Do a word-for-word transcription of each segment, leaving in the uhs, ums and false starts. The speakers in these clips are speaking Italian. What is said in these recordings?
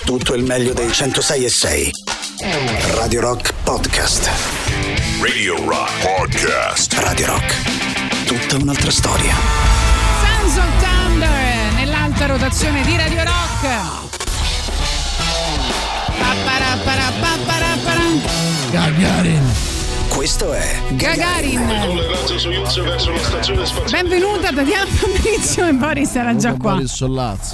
tutto il meglio dei centosei e sei. Radio Rock Podcast. Radio Rock Podcast. Radio Rock. Tutta un'altra storia. Sons of Thunder nell'alta rotazione di Radio Rock. Gagarin. Questo è Gagarin. Benvenuta Tatiana Fabrizio e Boris era già qua. Boris Sollazzo.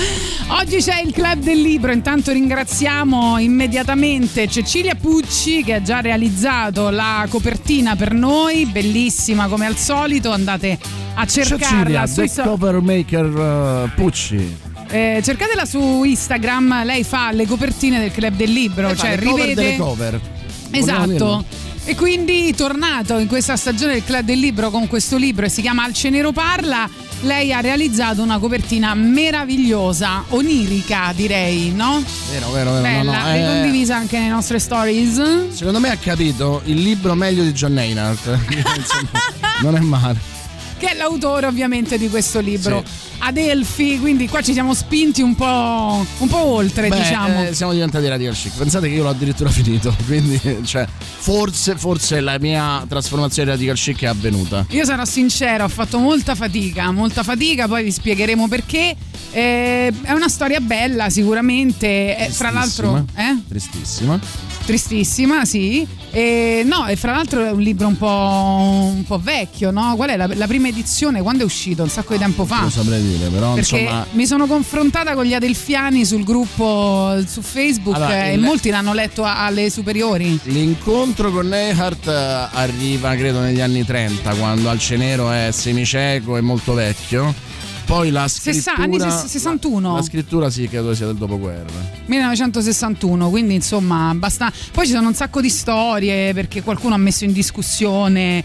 Oggi c'è il Club del Libro. Intanto ringraziamo immediatamente Cecilia Pucci che ha già realizzato la copertina per noi, bellissima come al solito. Andate a cercarla Cecilia, su The so- Cover Maker uh, Pucci. eh, cercatela su Instagram. Lei fa le copertine del Club del Libro, E cioè fa le cover rivede delle cover. esatto. E quindi tornato in questa stagione del Club del Libro con questo libro e si chiama Al Cenero Parla, lei ha realizzato una copertina meravigliosa, onirica direi, no? Vero, vero, vero. Bella, no, no, eh, ricondivisa anche nelle nostre stories. Secondo me ha capito il libro meglio di John Maynard. Insomma, non è male. Che è l'autore ovviamente di questo libro. Sì. Adelphi, quindi qua ci siamo spinti un po', un po' oltre, Beh, diciamo. eh, siamo diventati Radical Chic. Pensate che io l'ho addirittura finito. Quindi, cioè, forse, forse la mia trasformazione Radical Chic è avvenuta. Io sarò sincera, ho fatto molta fatica, molta fatica, poi vi spiegheremo perché. Eh, è una storia bella, sicuramente. Eh, fra l'altro, eh? Tristissima. Tristissima, sì. E, no, e fra l'altro è un libro un po', un po' vecchio, no? Qual è la, la prima edizione? Quando è uscito? Un sacco di tempo fa. Lo saprei dire, però Perché insomma. mi sono confrontata con gli Adelfiani sul gruppo su Facebook Allora, e il- molti l'hanno letto a- alle superiori. L'incontro con Neyhart eh, arriva credo negli anni trenta, quando Al Cenero è semicieco e molto vecchio. Poi la Sessa- scrittura anni ses- sessantuno. La, la scrittura sì, credo sia del dopoguerra. millenovecentosessantuno, quindi insomma abbastanza. Poi ci sono un sacco di storie perché qualcuno ha messo in discussione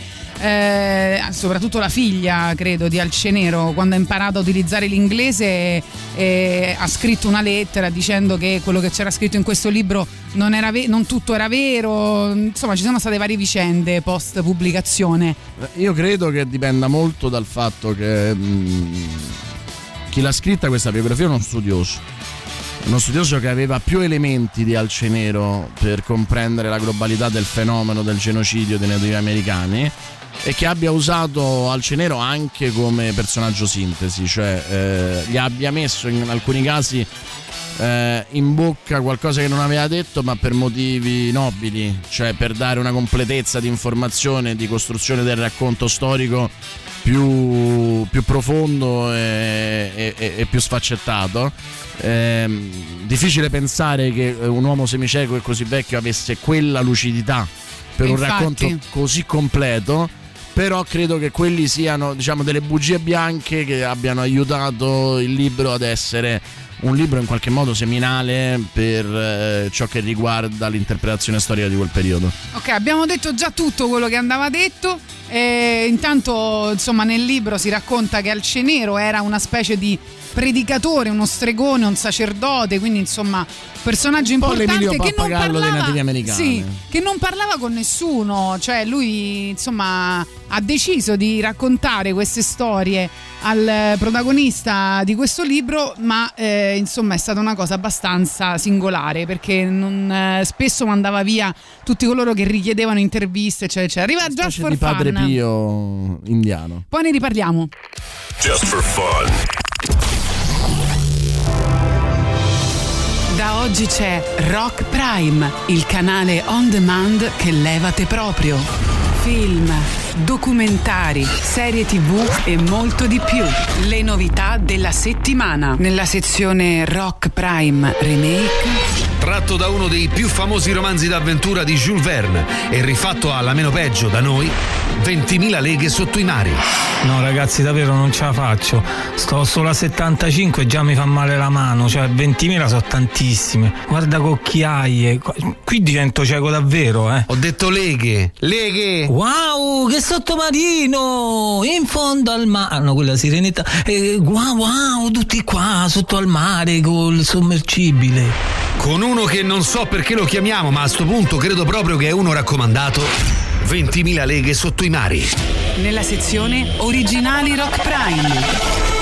eh, soprattutto la figlia, credo, di Al Cenero, quando ha imparato a utilizzare l'inglese eh, ha scritto una lettera dicendo che quello che c'era scritto in questo libro non, era ve- non tutto era vero. Insomma ci sono state varie vicende post pubblicazione. Io credo che dipenda molto dal fatto che mh, chi l'ha scritta questa biografia è uno studioso. Uno studioso che aveva più elementi di Al Cenero per comprendere la globalità del fenomeno del genocidio dei nativi americani e che abbia usato Al Cenero anche come personaggio sintesi, cioè eh, gli abbia messo in alcuni casi eh, in bocca qualcosa che non aveva detto, ma per motivi nobili, cioè per dare una completezza di informazione, di costruzione del racconto storico più, più profondo e, e, e più sfaccettato. Eh, difficile pensare che un uomo semicieco e così vecchio avesse quella lucidità per Infatti. un racconto così completo, però credo che quelli siano, diciamo, delle bugie bianche che abbiano aiutato il libro ad essere un libro in qualche modo seminale per eh, ciò che riguarda l'interpretazione storica di quel periodo. Ok, abbiamo detto già tutto quello che andava detto. E intanto, insomma, nel libro si racconta che Al Cenero era una specie di predicatore, uno stregone, un sacerdote, quindi insomma personaggio Un po' importante l'Emilio che non Pappagallo dei parlava, nativi americani. sì, che non parlava con nessuno, cioè lui insomma ha deciso di raccontare queste storie al protagonista di questo libro, ma eh, insomma è stata una cosa abbastanza singolare perché non, eh, spesso mandava via tutti coloro che richiedevano interviste, cioè, cioè arriva Una già specie for di Padre fun. Pio indiano. Poi ne riparliamo. Just for fun. Da oggi c'è Rock Prime, il canale on demand che levate proprio. Film, documentari, serie tivù e molto di più. Le novità della settimana nella sezione Rock Prime Remake. Tratto da uno dei più famosi romanzi d'avventura di Jules Verne e rifatto alla meno peggio da noi, ventimila leghe sotto i mari. No ragazzi, davvero non ce la faccio. Sto solo a settantacinque e già mi fa male la mano. Cioè ventimila sono tantissime. Guarda che occhiaie. Qui divento cieco davvero, eh. Ho detto leghe, leghe. Wow, che sottomarino! In fondo al mare. No, quella sirenetta. Eh, wow, wow, tutti qua sotto al mare col sommergibile. Con uno che non so perché lo chiamiamo, ma a sto punto credo proprio che è uno raccomandato. ventimila leghe sotto i mari. Nella sezione Originali Rock Prime.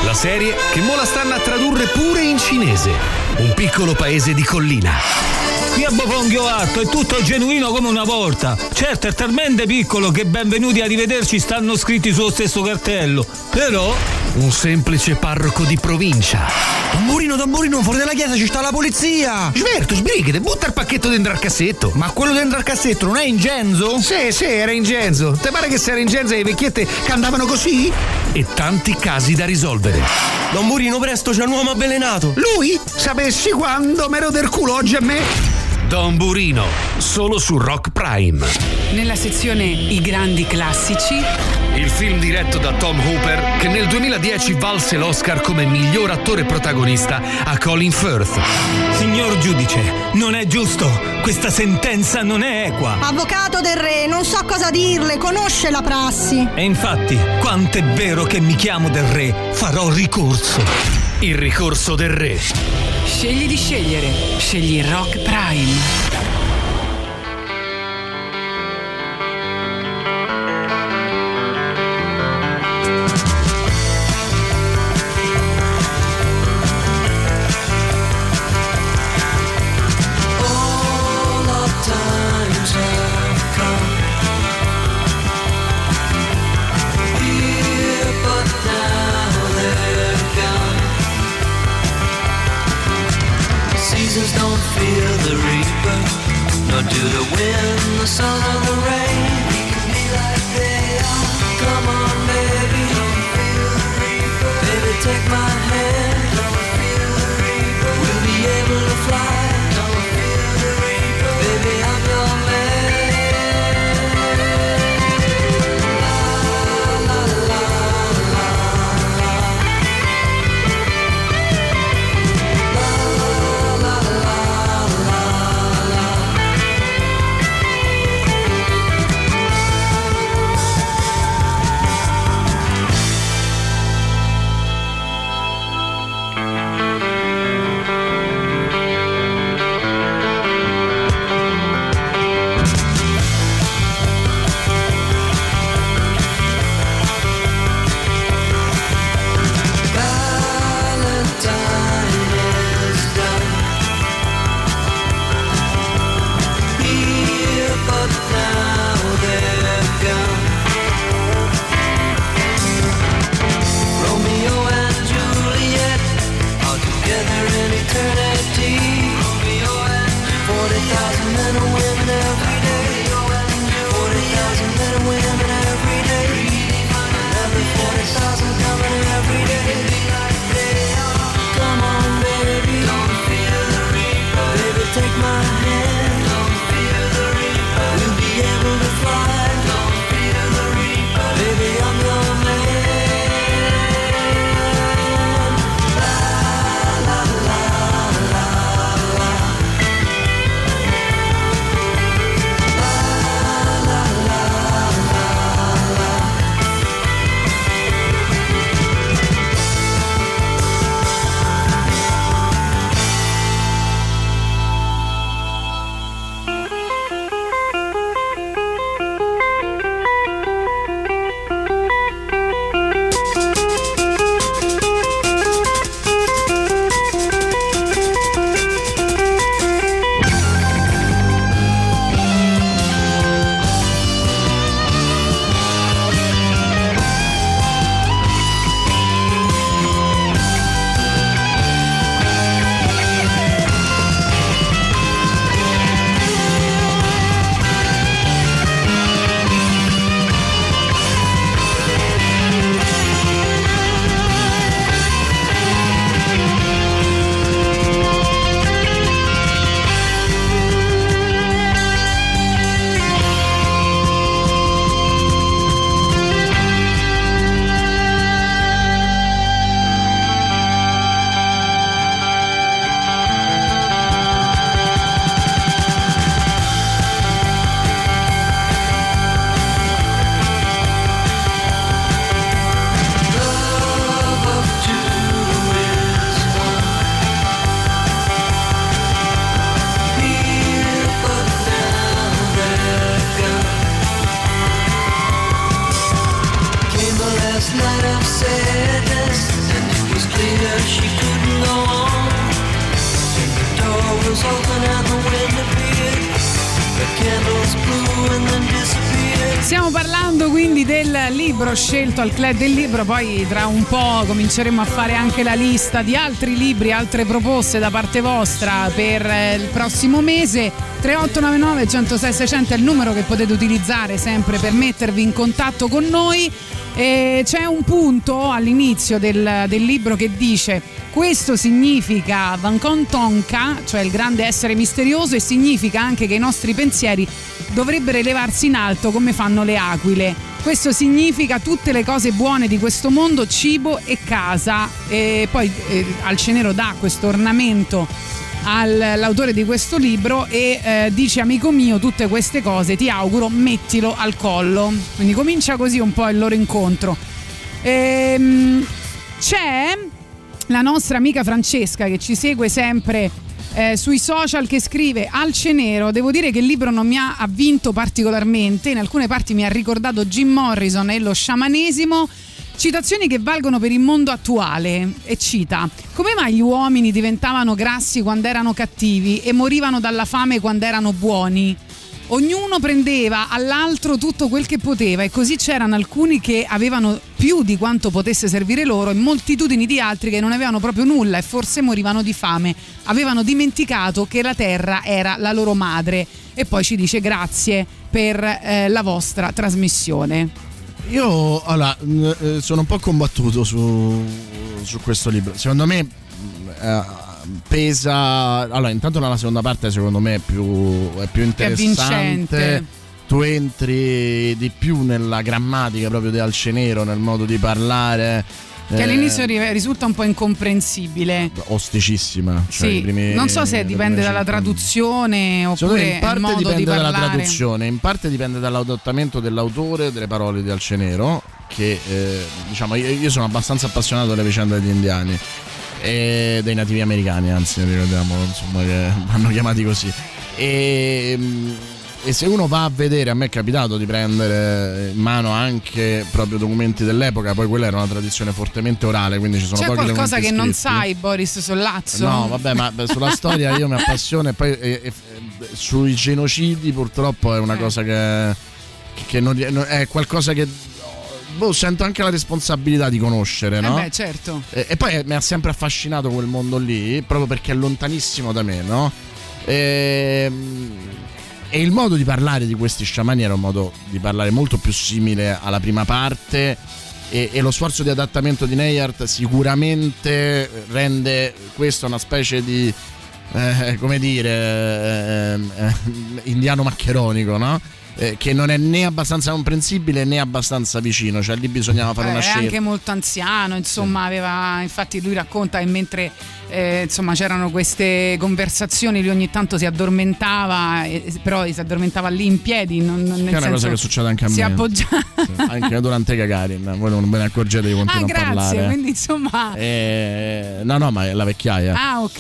la serie che mo la stanno a tradurre pure in cinese. Un piccolo paese di collina. Qui a Bofonghio Alto è tutto genuino come una volta. Certo, è talmente piccolo che benvenuti a rivederci stanno scritti sullo stesso cartello. Però un semplice parroco di provincia. Tamburino, tamburino, fuori dalla chiesa ci sta la polizia! Sverto, sbrighete, butta il pacchetto dentro al cassetto. Ma quello dentro al cassetto non è Ingenzo? Sì, sì, era Ingenzo. Te pare che se era Ingenzo e le vecchiette cantavano così? E tanti casi da risolvere. Tamburino, presto, c'è un uomo avvelenato! Lui? Sapessi quando m'ero del culo oggi a me? Don Burino, solo su Rock Prime. Nella sezione I grandi classici, il film diretto da Tom Hooper che nel duemiladieci valse l'Oscar come miglior attore protagonista a Colin Firth. Signor giudice, non è giusto. Questa sentenza non è equa. Avvocato del re, non so cosa dirle, conosce la prassi. E infatti, quanto è vero che mi chiamo del re, farò ricorso. Il ricorso del re. Scegli di scegliere. Scegli Rock Prime. Don't fear the reaper, nor do the wind, the sun or the rain. We can be like they are. Come on, baby, don't feel the reaper. Baby, take my hand, don't feel the reaper. We'll be able to fly, don't feel the reaper. Baby, I'm your man. La la la la la. La la la. Stiamo parlando quindi del libro scelto al Club del Libro, poi tra un po' cominceremo a fare anche la lista di altri libri, altre proposte da parte vostra per il prossimo mese. tre otto nove nove uno zero sei sei zero zero è il numero che potete utilizzare sempre per mettervi in contatto con noi. E c'è un punto all'inizio del, del libro che dice: questo significa Vankon Tonka, cioè il grande essere misterioso, e significa anche che i nostri pensieri dovrebbero elevarsi in alto come fanno le aquile. Questo significa tutte le cose buone di questo mondo, cibo e casa. E poi eh, Alcenero dà questo ornamento all'autore di questo libro e eh, dice: amico mio, tutte queste cose ti auguro, mettilo al collo. Quindi comincia così un po' il loro incontro. Ehm, c'è la nostra amica Francesca che ci segue sempre eh, sui social, che scrive: Alcenero, devo dire che il libro non mi ha avvinto particolarmente, in alcune parti mi ha ricordato Jim Morrison e lo sciamanesimo. Citazioni che valgono per il mondo attuale. E cita: come mai gli uomini diventavano grassi quando erano cattivi e morivano dalla fame quando erano buoni? Ognuno prendeva all'altro tutto quel che poteva, e così c'erano alcuni che avevano più di quanto potesse servire loro e moltitudini di altri che non avevano proprio nulla e forse morivano di fame. Avevano dimenticato che la terra era la loro madre. E poi ci dice: grazie per eh, la vostra trasmissione. Io allora, sono un po' combattuto su, su questo libro. Secondo me eh, pesa. Allora, intanto nella seconda parte, secondo me, è più, è più interessante. Tu entri di più nella grammatica proprio di Alcenero, nel modo di parlare. Che eh, all'inizio risulta un po' incomprensibile. Osticissima. Cioè sì, i primi, non so se dipende dalla traduzione oppure in parte il modo dipende di parlare. dalla traduzione, in parte dipende dall'adattamento dell'autore delle parole di Alcenero, che eh, diciamo io, io sono abbastanza appassionato delle vicende degli indiani e dei nativi americani, anzi ricordiamo, insomma, che vanno chiamati così. E E se uno va a vedere, a me è capitato di prendere in mano anche proprio documenti dell'epoca, poi quella era una tradizione fortemente orale, quindi ci sono C'è pochi qualcosa che scritti. Non sai, Boris Sollazzo? No, vabbè, ma sulla storia io mi appassiono, e poi e, e, sui genocidi purtroppo è una eh. cosa che, che non, è qualcosa che boh, sento anche la responsabilità di conoscere, no? Eh beh, certo. E, e poi mi ha sempre affascinato quel mondo lì, proprio perché è lontanissimo da me, no? E, E il modo di parlare di questi sciamani era un modo di parlare molto più simile alla prima parte, e, e lo sforzo di adattamento di Neyart sicuramente rende questo una specie di, eh, come dire, eh, eh, indiano maccheronico, no? Eh, che non è né abbastanza comprensibile né abbastanza vicino, cioè lì bisognava fare eh, una scelta. È anche molto anziano, insomma, sì. aveva, infatti lui racconta che mentre eh, insomma c'erano queste conversazioni lui ogni tanto si addormentava, eh, però si addormentava lì in piedi, non, non, nel che è una senso, cosa che succede anche a me. Si appoggiava. Sì, anche durante Gagarin, voi non ve ne accorgete di continuo ah, a grazie, parlare. Quindi insomma eh, no no ma è la vecchiaia. Ah, ok.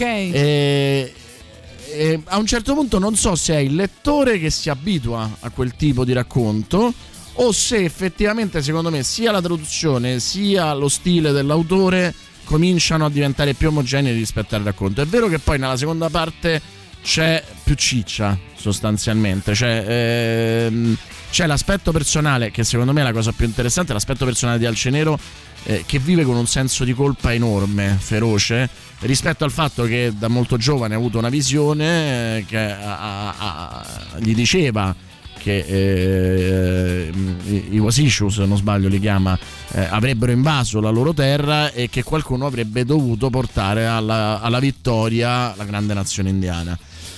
E, e a un certo punto non so se è il lettore che si abitua a quel tipo di racconto, o se effettivamente, secondo me, sia la traduzione sia lo stile dell'autore cominciano a diventare più omogenei rispetto al racconto. È vero che poi nella seconda parte c'è più ciccia, sostanzialmente, cioè ehm, c'è l'aspetto personale, che secondo me è la cosa più interessante, l'aspetto personale di Alcenero, eh, che vive con un senso di colpa enorme, feroce, rispetto al fatto che da molto giovane ha avuto una visione eh, che a, a, a, gli diceva che eh, i Wasishu, se non sbaglio li chiama, eh, avrebbero invaso la loro terra e che qualcuno avrebbe dovuto portare alla, alla vittoria la grande nazione indiana,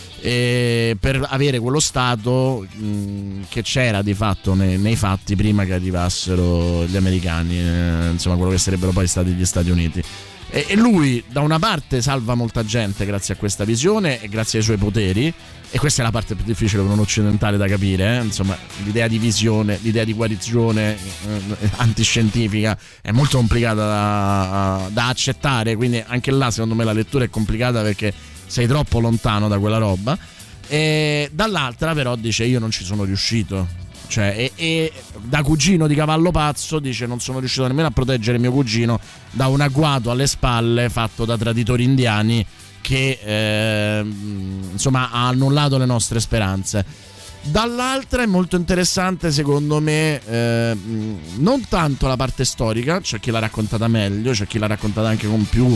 e per avere quello stato mh, che c'era di fatto nei, nei fatti prima che arrivassero gli americani, eh, insomma quello che sarebbero poi stati gli Stati Uniti. E, e lui da una parte salva molta gente grazie a questa visione e grazie ai suoi poteri, e questa è la parte più difficile per un occidentale da capire, eh? Insomma, l'idea di visione, l'idea di guarigione eh, antiscientifica è molto complicata da, da accettare, quindi anche là secondo me la lettura è complicata perché sei troppo lontano da quella roba. E dall'altra però dice: io non ci sono riuscito, cioè, e, e da cugino di cavallo pazzo dice: non sono riuscito nemmeno a proteggere mio cugino da un agguato alle spalle fatto da traditori indiani che eh, insomma ha annullato le nostre speranze. Dall'altra è molto interessante secondo me eh, non tanto la parte storica, c'è chi l'ha raccontata meglio, c'è chi l'ha raccontata anche con più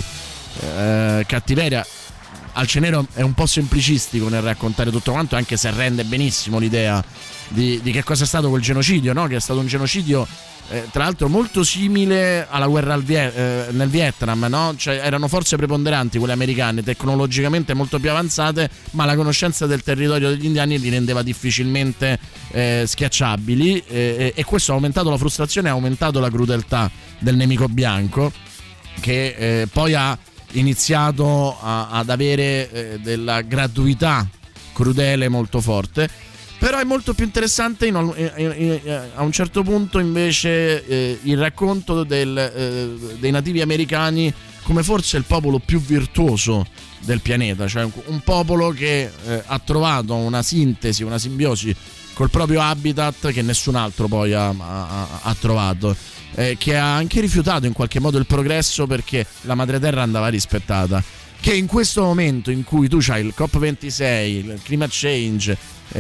eh, cattiveria. Alcenero è un po' semplicistico nel raccontare tutto quanto, anche se rende benissimo l'idea di, di che cosa è stato quel genocidio, no? Che è stato un genocidio eh, tra l'altro molto simile alla guerra al Viet- eh, nel Vietnam, no? Cioè, erano forze preponderanti quelle americane, tecnologicamente molto più avanzate, ma la conoscenza del territorio degli indiani li rendeva difficilmente eh, schiacciabili eh, e questo ha aumentato la frustrazione, ha aumentato la crudeltà del nemico bianco, che eh, poi ha iniziato a, ad avere eh, della gratuità crudele molto forte. Però è molto più interessante in, in, in, in, a un certo punto invece eh, il racconto del, eh, dei nativi americani come forse il popolo più virtuoso del pianeta, cioè un, un popolo che eh, ha trovato una sintesi, una simbiosi col proprio habitat che nessun altro poi ha, ha, ha trovato. Eh, che ha anche rifiutato in qualche modo il progresso perché la madre terra andava rispettata, che in questo momento in cui tu c'hai il COP ventisei, il climate change,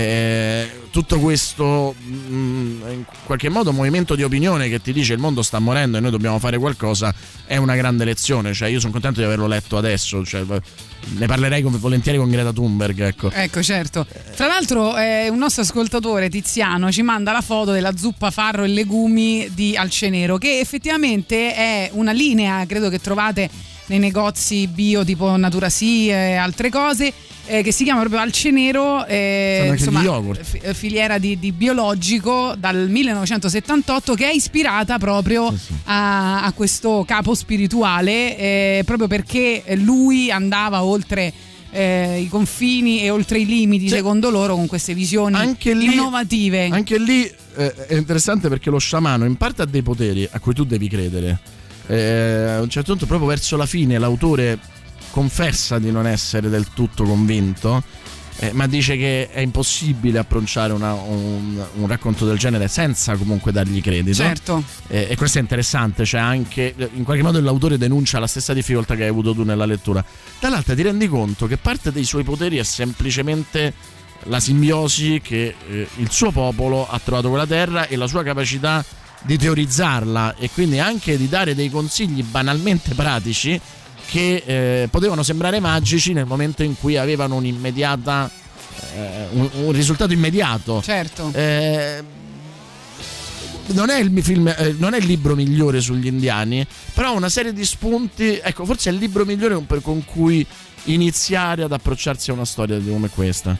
eh, tutto questo mh, in qualche modo movimento di opinione che ti dice il mondo sta morendo e noi dobbiamo fare qualcosa, è una grande lezione. Cioè io sono contento di averlo letto adesso, cioè, ne parlerei con, volentieri con Greta Thunberg, ecco. Ecco, certo. Tra l'altro eh, un nostro ascoltatore Tiziano ci manda la foto della zuppa farro e legumi di Alcenero, che effettivamente è una linea, credo che trovate nei negozi bio tipo Natura Sì e altre cose, eh, che si chiama proprio Alcenero, eh, insomma f- filiera di, di biologico dal millenovecentosettantotto, che è ispirata proprio sì, sì. A, a questo capo spirituale, eh, proprio perché lui andava oltre eh, i confini e oltre i limiti, sì, secondo loro, con queste visioni anche lì, innovative. Anche lì eh, è interessante perché lo sciamano in parte ha dei poteri a cui tu devi credere. Eh, a un certo punto, proprio verso la fine, l'autore confessa di non essere del tutto convinto, eh, ma dice che è impossibile approcciare una, un, un racconto del genere senza comunque dargli credito. Certo. Eh, e questo è interessante, cioè anche in qualche modo l'autore denuncia la stessa difficoltà che hai avuto tu nella lettura. Dall'altra ti rendi conto che parte dei suoi poteri è semplicemente la simbiosi che eh, il suo popolo ha trovato con la terra e la sua capacità di teorizzarla e quindi anche di dare dei consigli banalmente pratici che eh, potevano sembrare magici nel momento in cui avevano un'immediata eh, un, un risultato immediato. Certo. Eh, non è il film, eh, non è il libro migliore sugli indiani, però ha una serie di spunti. Ecco, forse è il libro migliore per, con cui iniziare ad approcciarsi a una storia come questa.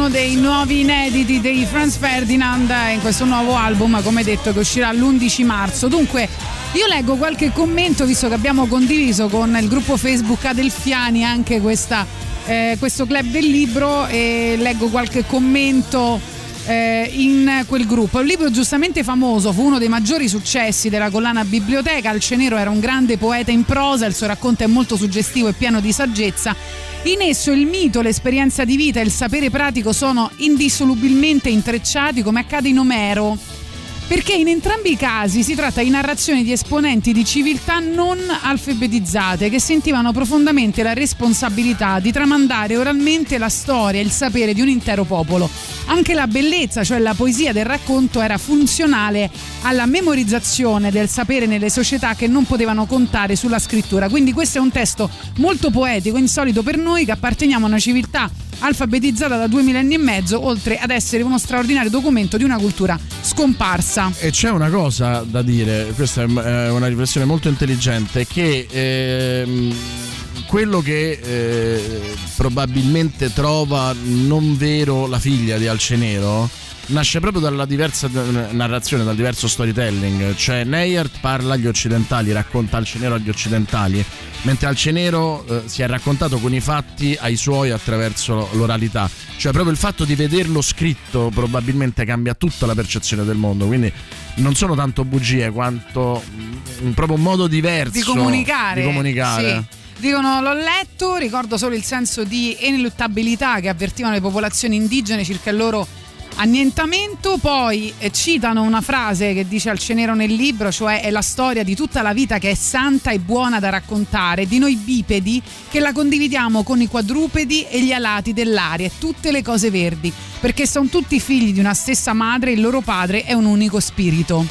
uno dei nuovi inediti dei Franz Ferdinand in questo nuovo album, come detto, che uscirà l'undici marzo. Dunque io leggo qualche commento, visto che abbiamo condiviso con il gruppo Facebook Adelfiani anche questa, eh, questo club del libro, e leggo qualche commento eh, in quel gruppo. Il libro giustamente famoso, fu uno dei maggiori successi della collana Biblioteca. Alcenero era un grande poeta in prosa, il suo racconto è molto suggestivo e pieno di saggezza. In esso il mito, l'esperienza di vita e il sapere pratico sono indissolubilmente intrecciati, come accade in Omero, perché in entrambi i casi si tratta di narrazioni di esponenti di civiltà non alfabetizzate che sentivano profondamente la responsabilità di tramandare oralmente la storia e il sapere di un intero popolo. Anche la bellezza, cioè la poesia del racconto, era funzionale alla memorizzazione del sapere nelle società che non potevano contare sulla scrittura. Quindi questo è un testo molto poetico, insolito per noi che apparteniamo a una civiltà alfabetizzata da due millenni e mezzo, oltre ad essere uno straordinario documento di una cultura scomparsa. E c'è una cosa da dire, questa è una riflessione molto intelligente, che ehm, quello che eh, probabilmente trova non vero la figlia di Alcenero nasce proprio dalla diversa narrazione, dal diverso storytelling. Cioè Neyart parla agli occidentali, racconta Alcenero agli occidentali, mentre Alcenero eh, si è raccontato con i fatti ai suoi attraverso l'oralità. Cioè proprio il fatto di vederlo scritto probabilmente cambia tutta la percezione del mondo. Quindi non sono tanto bugie quanto un, proprio un modo diverso di comunicare, di comunicare. Sì. Dicono: l'ho letto, ricordo solo il senso di ineluttabilità che avvertivano le popolazioni indigene circa il loro annientamento. Poi eh, citano una frase che dice Alcenero nel libro, cioè: è la storia di tutta la vita che è santa e buona da raccontare, di noi bipedi che la condividiamo con i quadrupedi e gli alati dell'aria e tutte le cose verdi, perché sono tutti figli di una stessa madre e il loro padre è un unico spirito.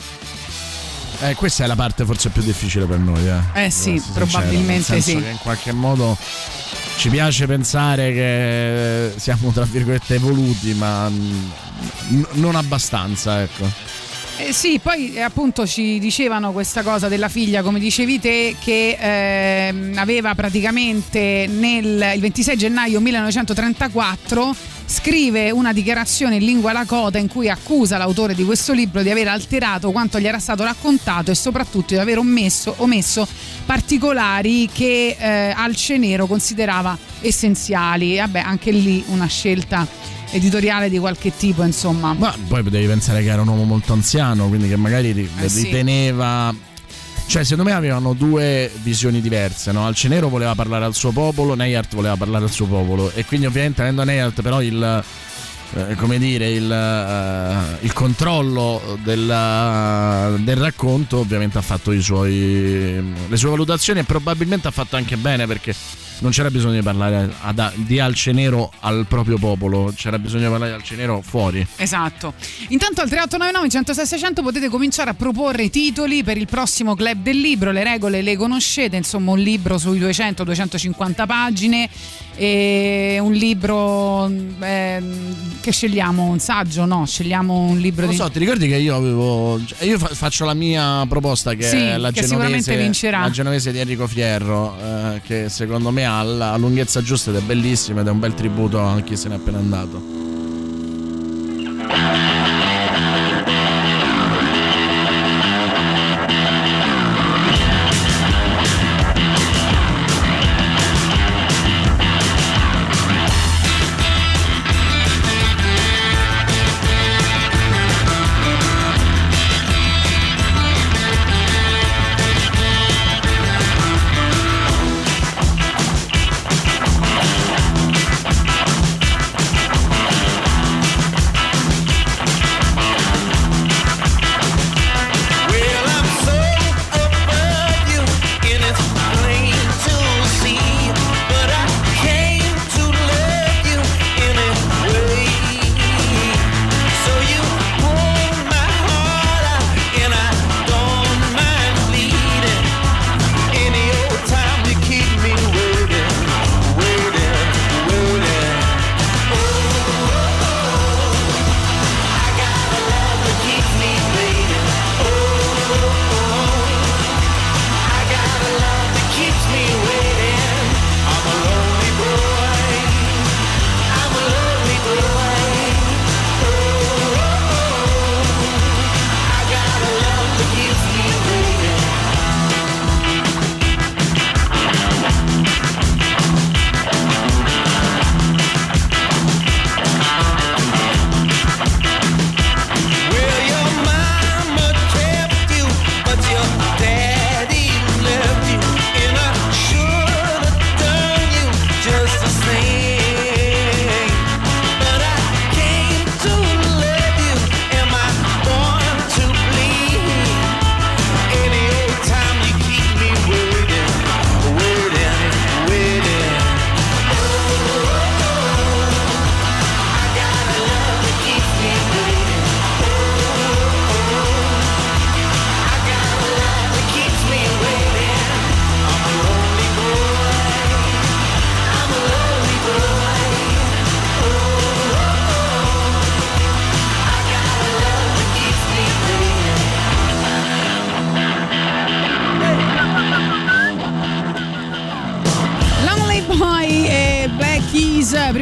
Eh, questa è la parte forse più difficile per noi, eh, eh sì, sincero, probabilmente sì. Che in qualche modo ci piace pensare che siamo tra virgolette evoluti, ma n- non abbastanza, ecco. Eh sì, poi eh, appunto ci dicevano questa cosa della figlia, come dicevi te, che eh, aveva praticamente nel il ventisei gennaio millenovecentotrentaquattro scrive una dichiarazione in lingua lakota in cui accusa l'autore di questo libro di aver alterato quanto gli era stato raccontato e soprattutto di aver omesso, omesso particolari che eh, Alcenero considerava essenziali. Vabbè, anche lì una scelta editoriale di qualche tipo, insomma. Ma poi devi pensare che era un uomo molto anziano, quindi che magari eh sì. riteneva, cioè secondo me avevano due visioni diverse, no? Alcenero voleva parlare al suo popolo, Neyart voleva parlare al suo popolo, e quindi ovviamente avendo Neyart però il eh, come dire il, uh, il controllo del, uh, del racconto, ovviamente ha fatto i suoi le sue valutazioni, e probabilmente ha fatto anche bene, perché non c'era bisogno di parlare ad, di Alcenero al proprio popolo, c'era bisogno di parlare di Alcenero fuori. Esatto. Intanto al tre otto nove nove, centosei, seicento potete cominciare a proporre i titoli per il prossimo club del libro. Le regole le conoscete, insomma un libro sui duecento duecentocinquanta pagine, e un libro eh, che scegliamo, un saggio, no, scegliamo un libro. Non di... so, ti ricordi che io avevo io fa, faccio la mia proposta, che sì, è la che genovese, sicuramente vincerà. La genovese di Enrico Fierro, eh, che secondo me ha la lunghezza giusta ed è bellissima, ed è un bel tributo a chi se n'è appena andato. Thank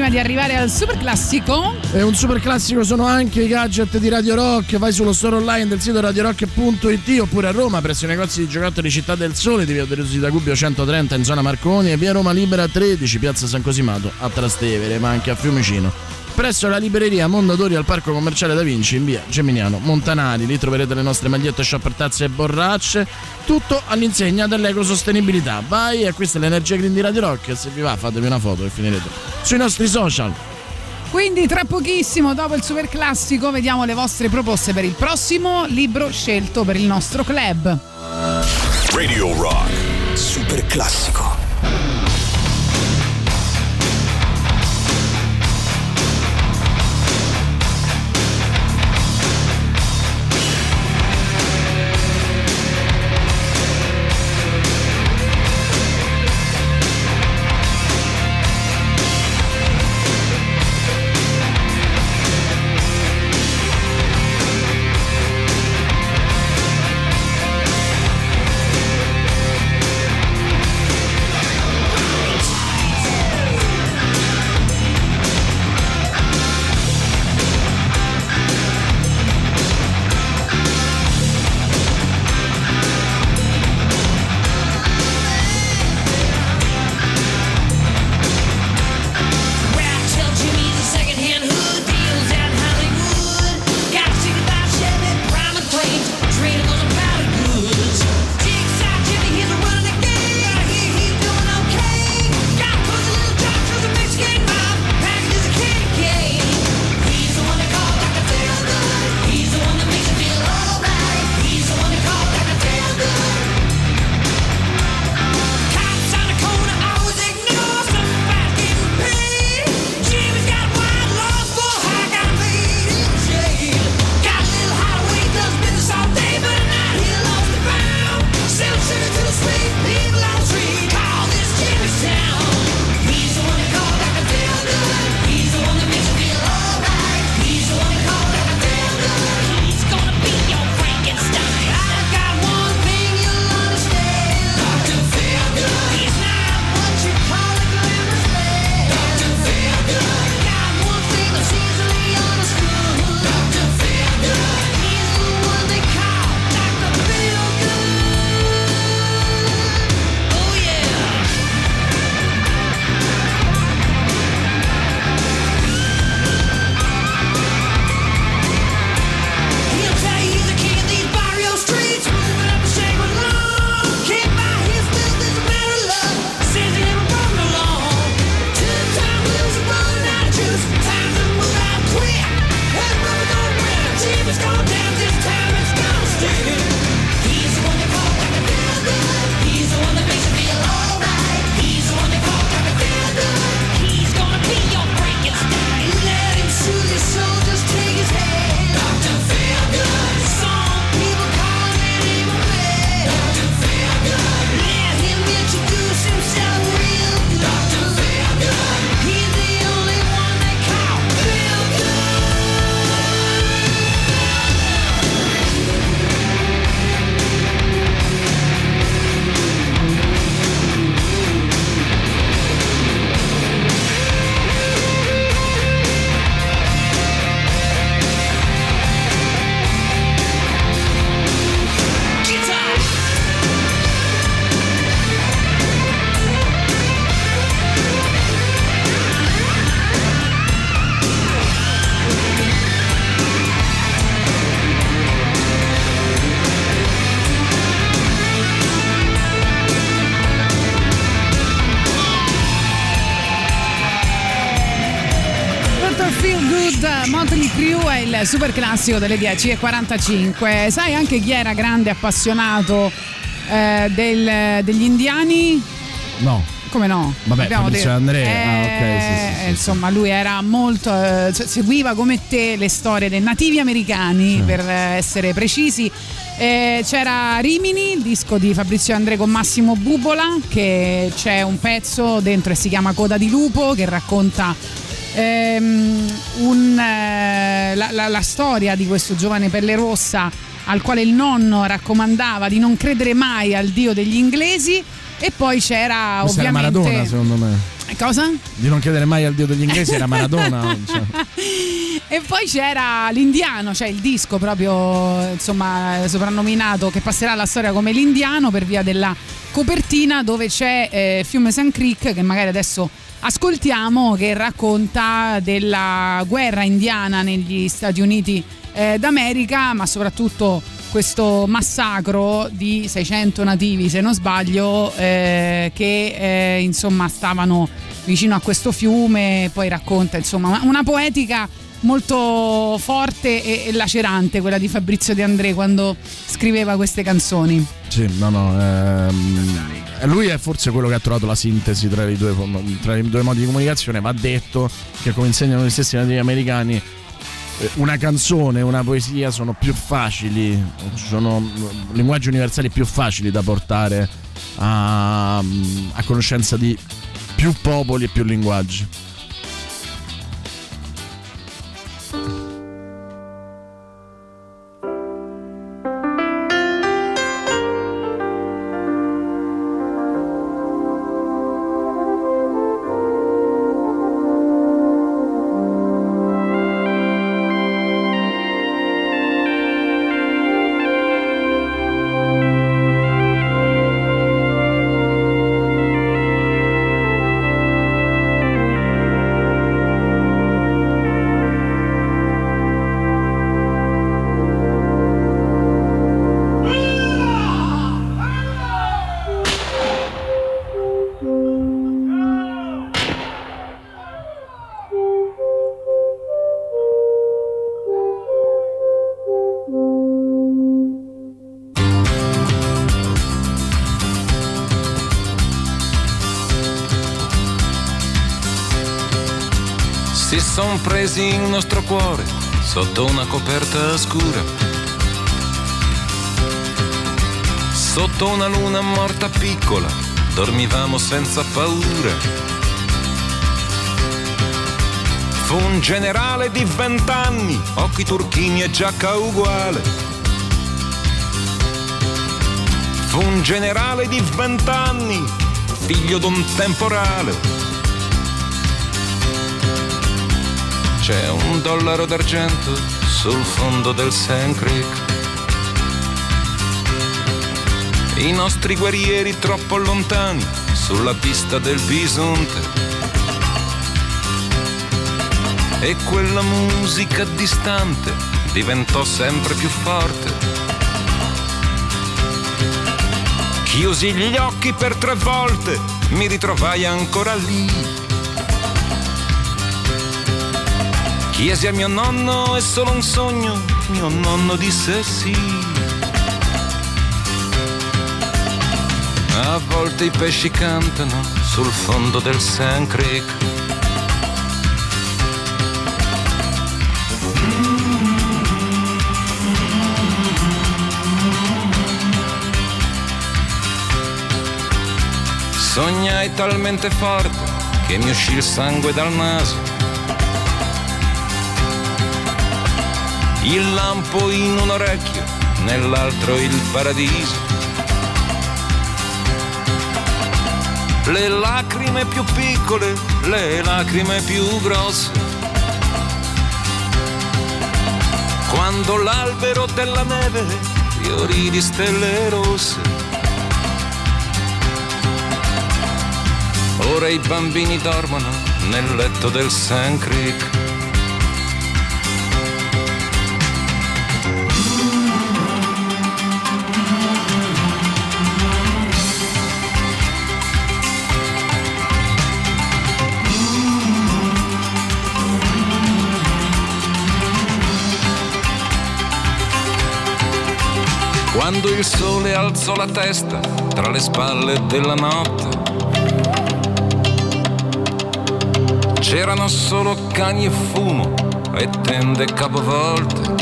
prima di arrivare al super classico. E un super classico sono anche i gadget di Radio Rock. Vai sullo store online del sito radio rock punto it oppure a Roma presso i negozi di giocattoli Città del Sole di via Derusi da Gubbio centotrenta in zona Marconi e via Roma Libera tredici, piazza San Cosimato a Trastevere, ma anche a Fiumicino presso la libreria Mondadori al Parco Commerciale Da Vinci in via Geminiano Montanari. Lì troverete le nostre magliette, shopper, tazze e borracce, tutto all'insegna dell'ecosostenibilità. Vai e acquista l'energia green di Radio Rock e se vi va fatevi una foto e finirete sui nostri social. Quindi tra pochissimo, dopo il super classico, vediamo le vostre proposte per il prossimo libro scelto per il nostro club. Radio Rock Super classico. Motley Crue è il super classico delle dieci e quarantacinque. Sai anche chi era grande appassionato eh, del, degli indiani? No. Come no? Vabbè, Fabrizio De André. Eh, ah, ok, sì, sì, sì, insomma, lui era molto eh, seguiva come te le storie dei nativi americani, sì, per essere precisi. Eh, c'era Rimini, il disco di Fabrizio De André con Massimo Bubola, che c'è un pezzo dentro e si chiama Coda di lupo, che racconta ehm, un, eh, la, la, la storia di questo giovane pelle rossa al quale il nonno raccomandava di non credere mai al dio degli inglesi. E poi c'era questa ovviamente era Maradona, secondo me. Cosa? Di non chiedere mai al dio degli inglesi, era Maradona. Cioè. E poi c'era l'Indiano, cioè il disco proprio insomma soprannominato, che passerà alla storia come l'Indiano per via della copertina, dove c'è eh, Fiume Sand Creek, che magari adesso ascoltiamo, che racconta della guerra indiana negli Stati Uniti eh, d'America, ma soprattutto questo massacro di seicento nativi, se non sbaglio, eh, che eh, insomma stavano vicino a questo fiume. Poi racconta insomma una poetica molto forte e, e lacerante, quella di Fabrizio De André quando scriveva queste canzoni. Sì, no, no. Ehm, lui è forse quello che ha trovato la sintesi tra i due, tra i due modi di comunicazione. Va detto che, come insegnano gli stessi nativi americani, una canzone e una poesia sono più facili, sono linguaggi universali più facili da portare a, a conoscenza di più popoli e più linguaggi. Si son presi il nostro cuore sotto una coperta scura, sotto una luna morta piccola, dormivamo senza paura. Fu un generale di vent'anni, occhi turchini e giacca uguale. Fu un generale di vent'anni, figlio d'un temporale. C'è un dollaro d'argento sul fondo del Sand Creek. I nostri guerrieri troppo lontani sulla pista del bisonte. E quella musica distante diventò sempre più forte. Chiusi gli occhi per tre volte, mi ritrovai ancora lì. Chiesi a mio nonno, è solo un sogno, mio nonno disse sì. A volte i pesci cantano sul fondo del Sand Creek. Sognai talmente forte che mi uscì il sangue dal naso. Il lampo in un orecchio, nell'altro il paradiso. Le lacrime più piccole, le lacrime più grosse. Quando l'albero della neve fiorì di stelle rosse. Ora i bambini dormono nel letto del Sand Creek. Quando il sole alzò la testa tra le spalle della notte, c'erano solo cani e fumo e tende capovolte.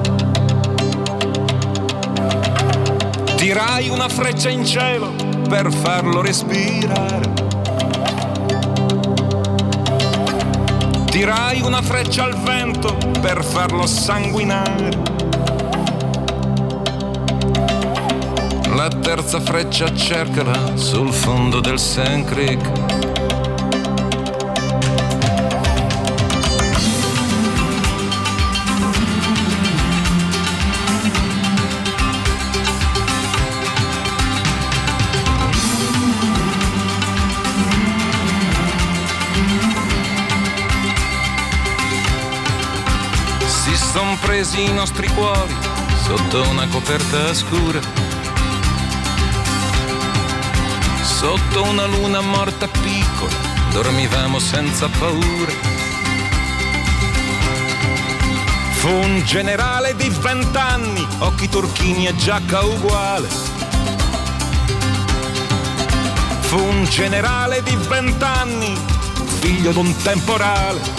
Tirai una freccia in cielo per farlo respirare. Tirai una freccia al vento per farlo sanguinare. La terza freccia cercala sul fondo del Sand Creek. presi i nostri cuori sotto una coperta scura, sotto una luna morta piccola, dormivamo senza paura. Fu un generale di vent'anni, occhi turchini e giacca uguale. Fu un generale di vent'anni, figlio d'un temporale.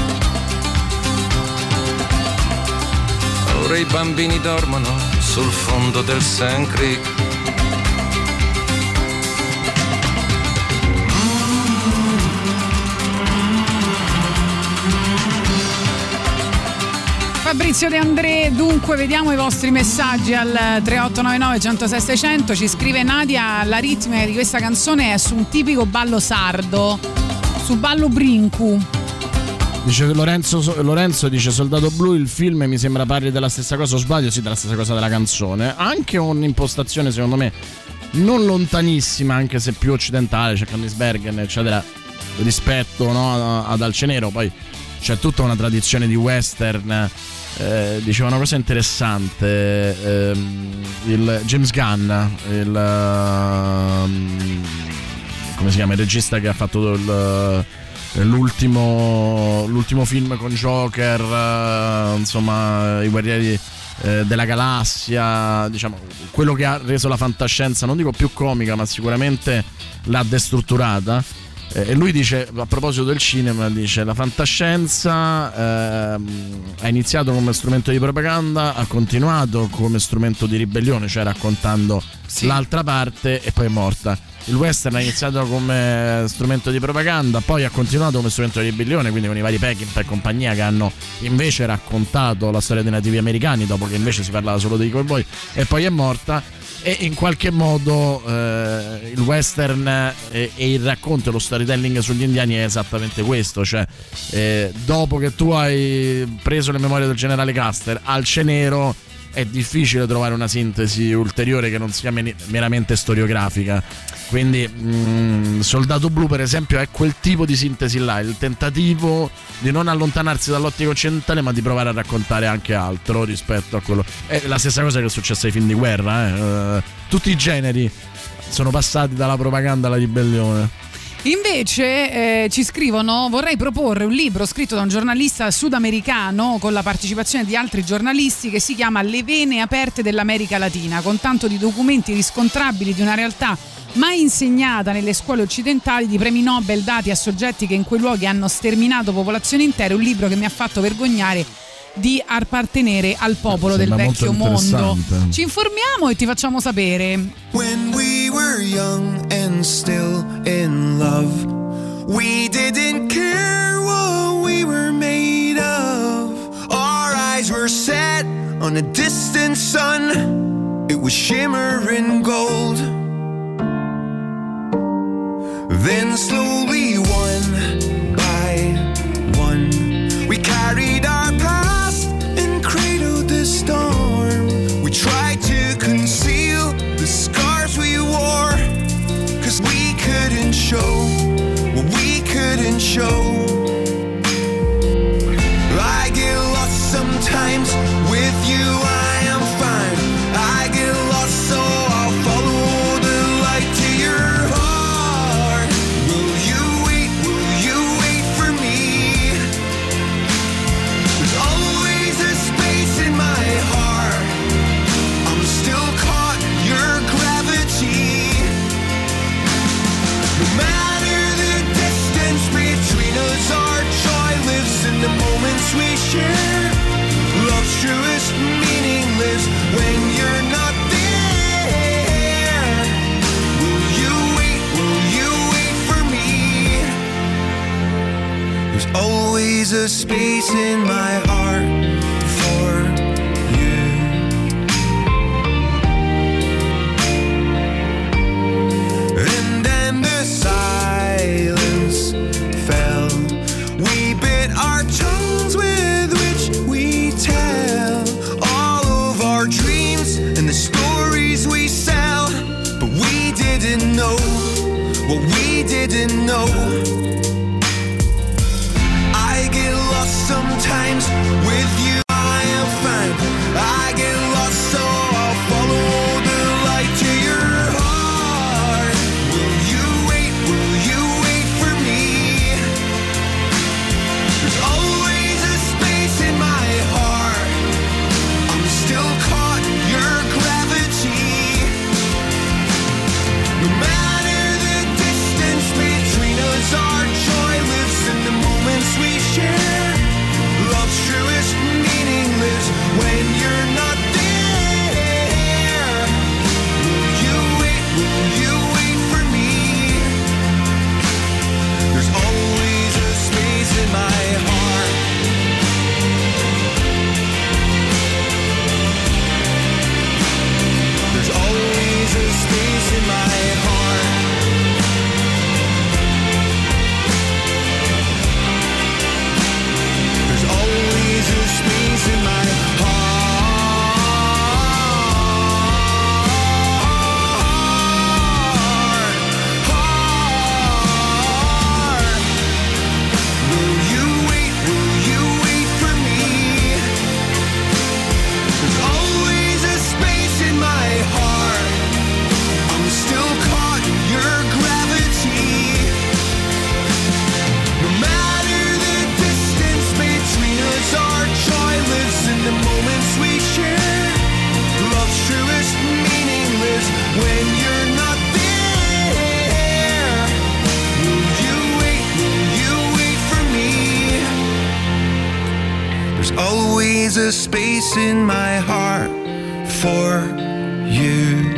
Ora i bambini dormono sul fondo del Sand Creek. Fabrizio De André, dunque vediamo i vostri messaggi al tre otto nove nove, uno zero sei, sei zero zero. Ci scrive Nadia, la ritmica di questa canzone è su un tipico ballo sardo, su ballo brincu. Dice Lorenzo, Lorenzo dice Soldato Blu, il film mi sembra parli della stessa cosa, o sbaglio? Sì, della stessa cosa della canzone. Anche un'impostazione secondo me non lontanissima, anche se più occidentale, c'è Candice Bergen eccetera, rispetto, no, ad Alce Nero. Poi c'è tutta una tradizione di western. Eh, diceva una cosa interessante, ehm, il James Gunn, il um, come si chiama, il regista che ha fatto il L'ultimo, l'ultimo film con Joker, uh, insomma, i Guerrieri eh, della Galassia, diciamo, quello che ha reso la fantascienza, non dico più comica, ma sicuramente l'ha destrutturata. Eh, e lui dice, a proposito del cinema, dice la fantascienza eh, ha iniziato come strumento di propaganda, ha continuato come strumento di ribellione, cioè raccontando sì. l'altra parte, e poi è morta. Il western ha iniziato come strumento di propaganda, poi ha continuato come strumento di ribellione, quindi con i vari Peckinpah e compagnia che hanno invece raccontato la storia dei nativi americani, dopo che invece si parlava solo dei cowboy, e poi è morta. E in qualche modo eh, il western e, e il racconto e lo storytelling sugli indiani è esattamente questo, cioè eh, dopo che tu hai preso le memorie del generale Custer, Alce Nero, è difficile trovare una sintesi ulteriore che non sia men- meramente storiografica. Quindi mh, Soldato Blu, per esempio, è quel tipo di sintesi là, il tentativo di non allontanarsi dall'ottica occidentale, ma di provare a raccontare anche altro rispetto a quello. È la stessa cosa che è successa ai film di guerra, eh. Uh, tutti i generi sono passati dalla propaganda alla ribellione. Invece eh, ci scrivono: vorrei proporre un libro scritto da un giornalista sudamericano con la partecipazione di altri giornalisti, che si chiama Le vene aperte dell'America Latina, con tanto di documenti riscontrabili di una realtà mai insegnata nelle scuole occidentali, di premi Nobel dati a soggetti che in quei luoghi hanno sterminato popolazioni intere. Un libro che mi ha fatto vergognare di appartenere al popolo Sembra del vecchio mondo. Ci informiamo e ti facciamo sapere. When we were young and still in love, we didn't care what we were made of. Our eyes were set on a distant sun, it was shimmering gold. Then slowly, one by one, we carried our past and cradled the storm. We tried to conceal the scars we wore, 'cause we couldn't show what we couldn't show. I get lost sometimes, with you I am fine. I get lost, so I'll follow the light to your heart. Will you wait, will you wait for me? There's always a space in my heart, I'm still caught in your gravity. No matter the distance between us, our joy lives in the moments we share. Love's truest meaning lives when you're not there. Will you wait, will you wait for me? There's always a space in my heart for you. And then the silence fell. We bit our tongues with which we tell all of our dreams and the stories we sell. But we didn't know what we didn't know. I get lost sometimes, with you I am found. is a space in my heart for you.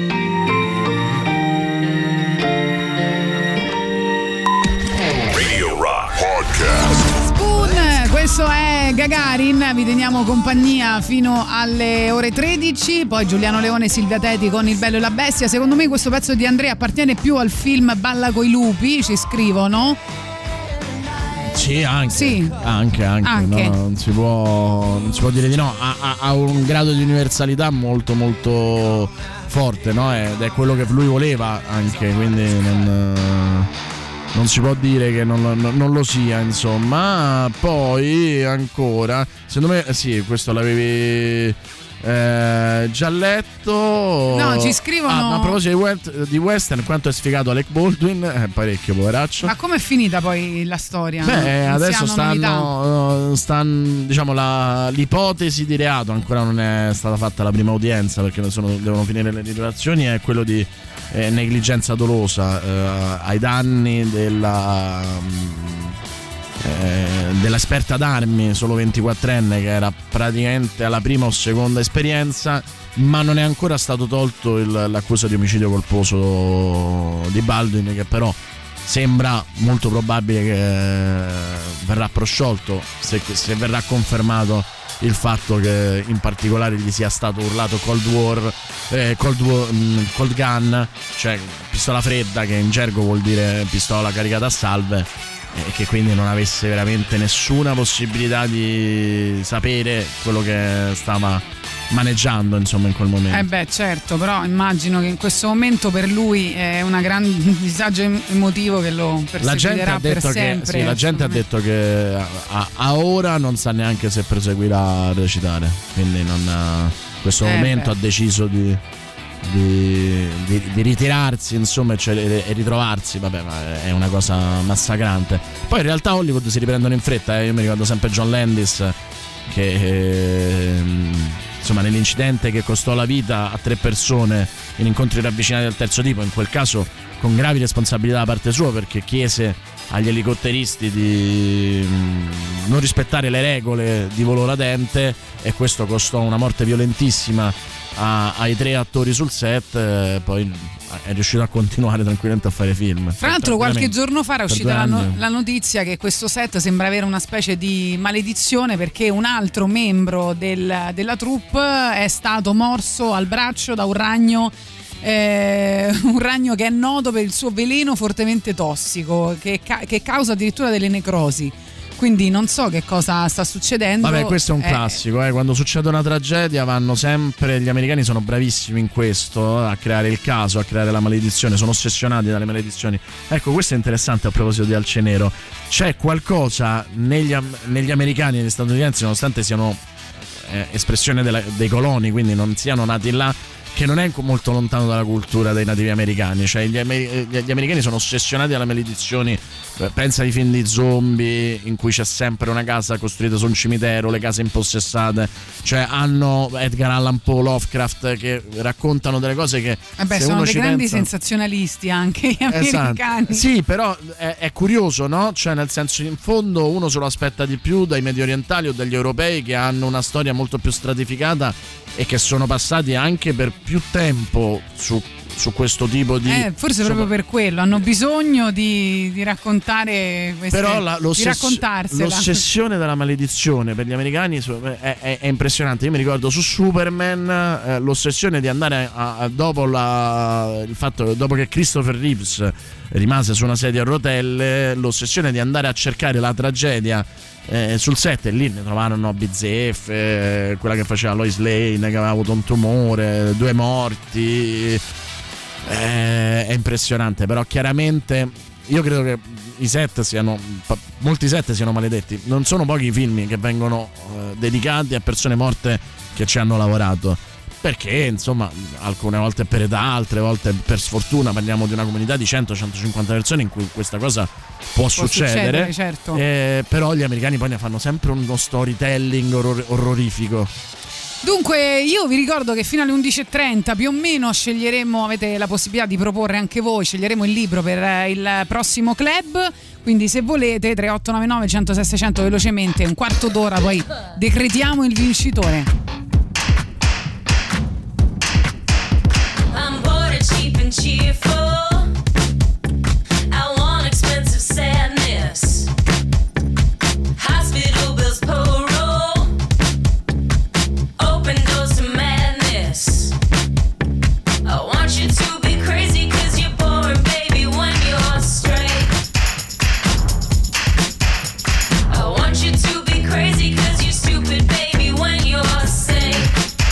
Radio Rock Podcast. Spoon, questo è Gagarin, vi teniamo compagnia fino alle ore tredici, poi Giuliano Leone e Silvia Teti con Il bello e la bestia. Secondo me questo pezzo di Andrea appartiene più al film Balla coi lupi, ci scrivono. Sì, anche. Sì. Anche, anche. Anche. No, non, si può, non si può dire di no. Ha, ha, ha un grado di universalità molto, molto forte, no? Ed è quello che lui voleva anche, quindi non, non si può dire che non, non, non lo sia, insomma. Poi ancora, secondo me, sì, questo l'avevi eh, già letto. No, ci scrivono. Ah, ma a proposito di, wet, di western, quanto è sfigato Alec Baldwin, è parecchio, poveraccio. Ma com'è finita poi la storia? Beh, Non adesso si hanno novità? stanno, stanno diciamo la, l'ipotesi di reato ancora non è stata fatta la prima udienza, perché sono, devono finire le rivelazioni, è quello di eh, negligenza dolosa eh, ai danni della eh, dell'esperta d'armi, solo ventiquattrenne, che era praticamente alla prima o seconda esperienza, ma non è ancora stato tolto il, l'accusa di omicidio colposo di Baldwin, che però sembra molto probabile che verrà prosciolto se, se verrà confermato il fatto che in particolare gli sia stato urlato Cold War, eh, Cold, War Cold Gun, cioè pistola fredda, che in gergo vuol dire pistola caricata a salve, e che quindi non avesse veramente nessuna possibilità di sapere quello che stava maneggiando, insomma, in quel momento. Eh beh, certo, però immagino che in questo momento per lui è un gran disagio emotivo che lo perseguirà per che, sempre. Sì, la gente ha detto che a, a ora non sa neanche se proseguirà a recitare, quindi non ha, in questo eh momento beh. ha deciso di Di, di, di ritirarsi, insomma, cioè, e ritrovarsi. Vabbè, ma è una cosa massacrante. Poi in realtà Hollywood si riprendono in fretta, eh. Io mi ricordo sempre John Landis che eh, insomma, nell'incidente che costò la vita a tre persone in incontri ravvicinati del terzo tipo, in quel caso con gravi responsabilità da parte sua, perché chiese agli elicotteristi di non rispettare le regole di volo radente, e questo costò una morte violentissima A, ai tre attori sul set. Eh, poi è riuscito a continuare tranquillamente a fare film. Fra l'altro qualche giorno fa era per uscita due la, no- anni. la notizia che questo set sembra avere una specie di maledizione, perché un altro membro del- della troupe è stato morso al braccio da un ragno, eh, un ragno che è noto per il suo veleno fortemente tossico, che, ca- che causa addirittura delle necrosi. Quindi non so che cosa sta succedendo. Vabbè, questo è un Eh, classico, eh. Quando succede una tragedia vanno sempre, gli americani sono bravissimi in questo, a creare il caso, a creare la maledizione, sono ossessionati dalle maledizioni. Ecco, questo è interessante a proposito di Alce Nero. C'è qualcosa negli, negli americani e negli statunitensi, nonostante siano eh, espressione della, dei coloni, quindi non siano nati là, che non è molto lontano dalla cultura dei nativi americani. Cioè gli, amer- gli americani sono ossessionati dalle maledizioni. Pensa ai film di zombie in cui c'è sempre una casa costruita su un cimitero, le case impossessate. Cioè hanno Edgar Allan Poe, Lovecraft, che raccontano delle cose che eh beh, se sono uno dei ci grandi pensa... sensazionalisti anche gli americani. Esatto. Sì, però è, è curioso, no? Cioè, nel senso, in fondo uno se lo aspetta di più dai medio orientali o dagli europei, che hanno una storia molto più stratificata e che sono passati anche per più tempo su, su questo tipo di Eh, forse insomma, proprio per quello hanno bisogno di, di raccontare queste, però la, di l'ossess- raccontarsela. l'ossessione della maledizione per gli americani è, è, è impressionante. Io mi ricordo su Superman eh, l'ossessione di andare a, a, dopo la, il fatto dopo che Christopher Reeves rimase su una sedia a rotelle, l'ossessione di andare a cercare la tragedia eh, sul set, e lì ne trovarono bizzeffe, eh, quella che faceva Lois Lane che aveva avuto un tumore, due morti. Eh, è impressionante, però chiaramente io credo che i set siano molti set siano maledetti. Non sono pochi i film che vengono eh, dedicati a persone morte che ci hanno lavorato, perché insomma alcune volte per età, altre volte per sfortuna. Parliamo di una comunità di cento centocinquanta persone in cui questa cosa può, Può succedere, succedere, certo. eh, però gli americani poi ne fanno sempre uno storytelling orror- orrorifico. Dunque io vi ricordo che fino alle undici e trenta più o meno sceglieremo, avete la possibilità di proporre anche voi, sceglieremo il libro per il prossimo club, quindi se volete tre otto nove nove, uno zero sei, sei zero zero velocemente, un quarto d'ora, poi decretiamo il vincitore. I'm bored and cheap and cheerful. I want expensive sadness. Hospital bills pour roll. Open doors to madness. I want you to be crazy cause you're boring, baby, when you're straight. I want you to be crazy cause you're stupid, baby, when you're sane.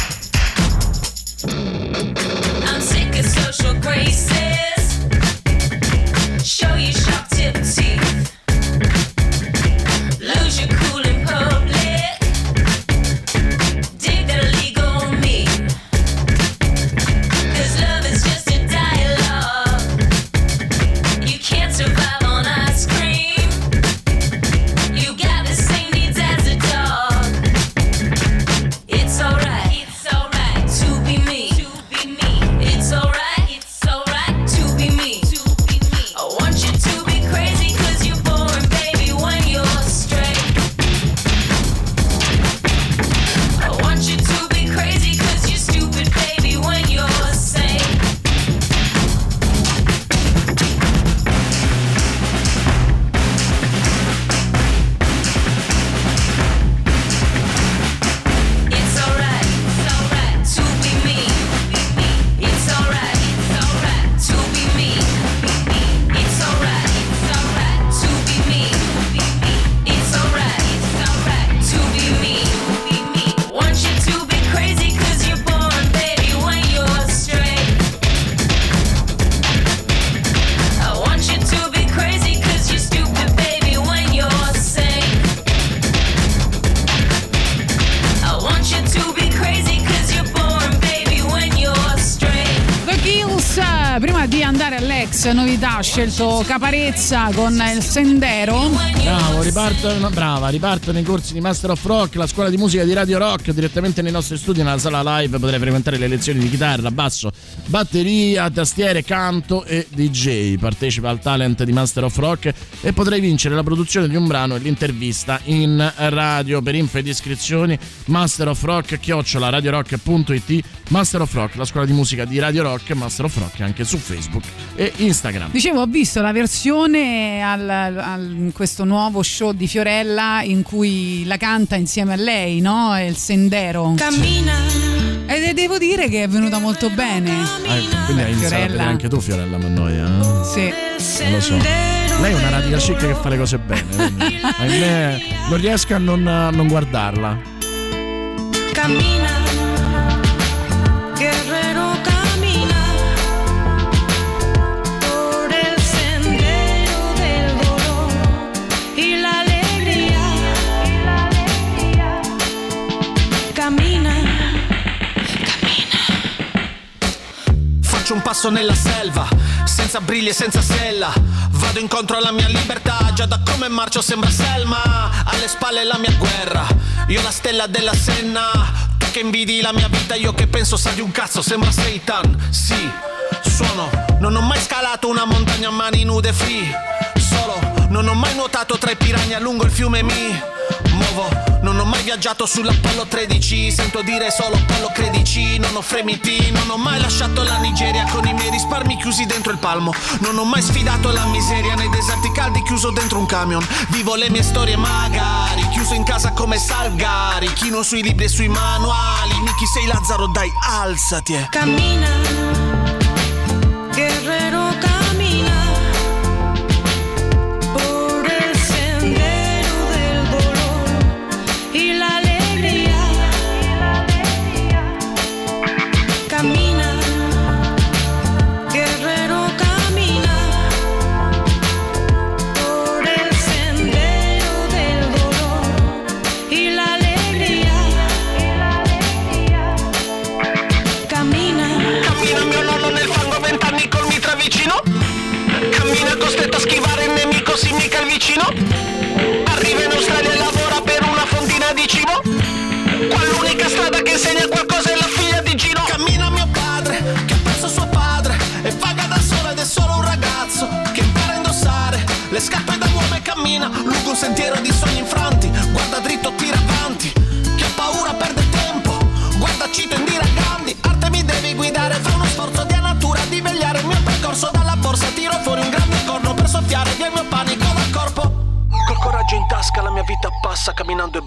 I'm sick of social graces. Show your sharp tip teeth. Lose your cool in public. Dig that illegal meat. Cause love is just a dialogue. You can't survive on ice cream. You got the same needs as a dog. It's alright, it's alright to be me. It's alright, it's alright to be me. I want you to be crazy cause you're boring, baby, when you're straight. I want you to be crazy cause you're stupid, baby, when you're sane. It's alright, it's alright to be me. It's alright, it's alright to be me. It's alright, it's alright to be me. It's alright, it's alright to be me. Want you to be crazy cause you're born, baby, when you're straight. I want you to be crazy cause you're stupid, baby, when you're sane. I want you to be crazy cause you're born, baby, when you're straight. The Kills, prima di andare all'ex novità ho scelto Caparezza con il Sendero. Bravo, ripartono, brava, ripartono i corsi di Master of Rock, la scuola di musica di Radio Rock, direttamente nei nostri studi nella sala live potrai frequentare le lezioni di chitarra, basso, batteria, tastiere, canto e D J. Partecipa al talent di Master of Rock e potrai vincere la produzione di un brano e l'intervista in radio. Per info ed iscrizioni Master of Rock chiocciola radiorock punto it. Master of Rock, la scuola di musica di Radio Rock, Master of Rock anche su Facebook e Instagram. Dicevo, ho visto la versione al, al questo nuovo show di Fiorella in cui la canta insieme a lei, no? È il Sendero. Cammina. E devo dire che è venuta molto bene. Ah, quindi hai iniziato a vedere anche tu Fiorella Mannoia? Eh? Sì. Non lo so. Lei è una radical chic che fa le cose bene. Quindi, a me non riesco a non, a non guardarla. Cammina. Guerrero camina por el sendero del dolor y la alegría. Camina, camina. Faccio un passo nella selva, senza briglie, senza sella. Vado incontro alla mia libertà, già da come marcio sembra Selma. Alle spalle la mia guerra, io la stella della Senna. Che invidi la mia vita, io che penso sa di un cazzo, sembra Satan. Sì, suono, non ho mai scalato una montagna a mani nude free. Solo, non ho mai nuotato tra i piranha lungo il fiume Mi muovo, non ho mai viaggiato sull'Apollo tredici. Sento dire solo Apollo credici, non ho fremiti. Non ho mai lasciato la Nigeria con i miei risparmi chiusi dentro il palmo. Non ho mai sfidato la miseria nei deserti caldi chiuso dentro un camion. Vivo le mie storie magari, chiuso in casa come Salgari. Chino sui libri e sui manuali. Miki sei Lazzaro, dai alzati eh. Cammina, guerrero camina por el sendero del dolor y la alegría. Camina, guerrero camina por el sendero del dolor y la alegría. Camina, cammina mio nonno nel fango, vent'anni col mitra vicino. Cammina costretto a schivare il nemico, si mica il vicino. Arriva in Australia e lavora per una fontina di cibo. Qua l'unica strada che insegna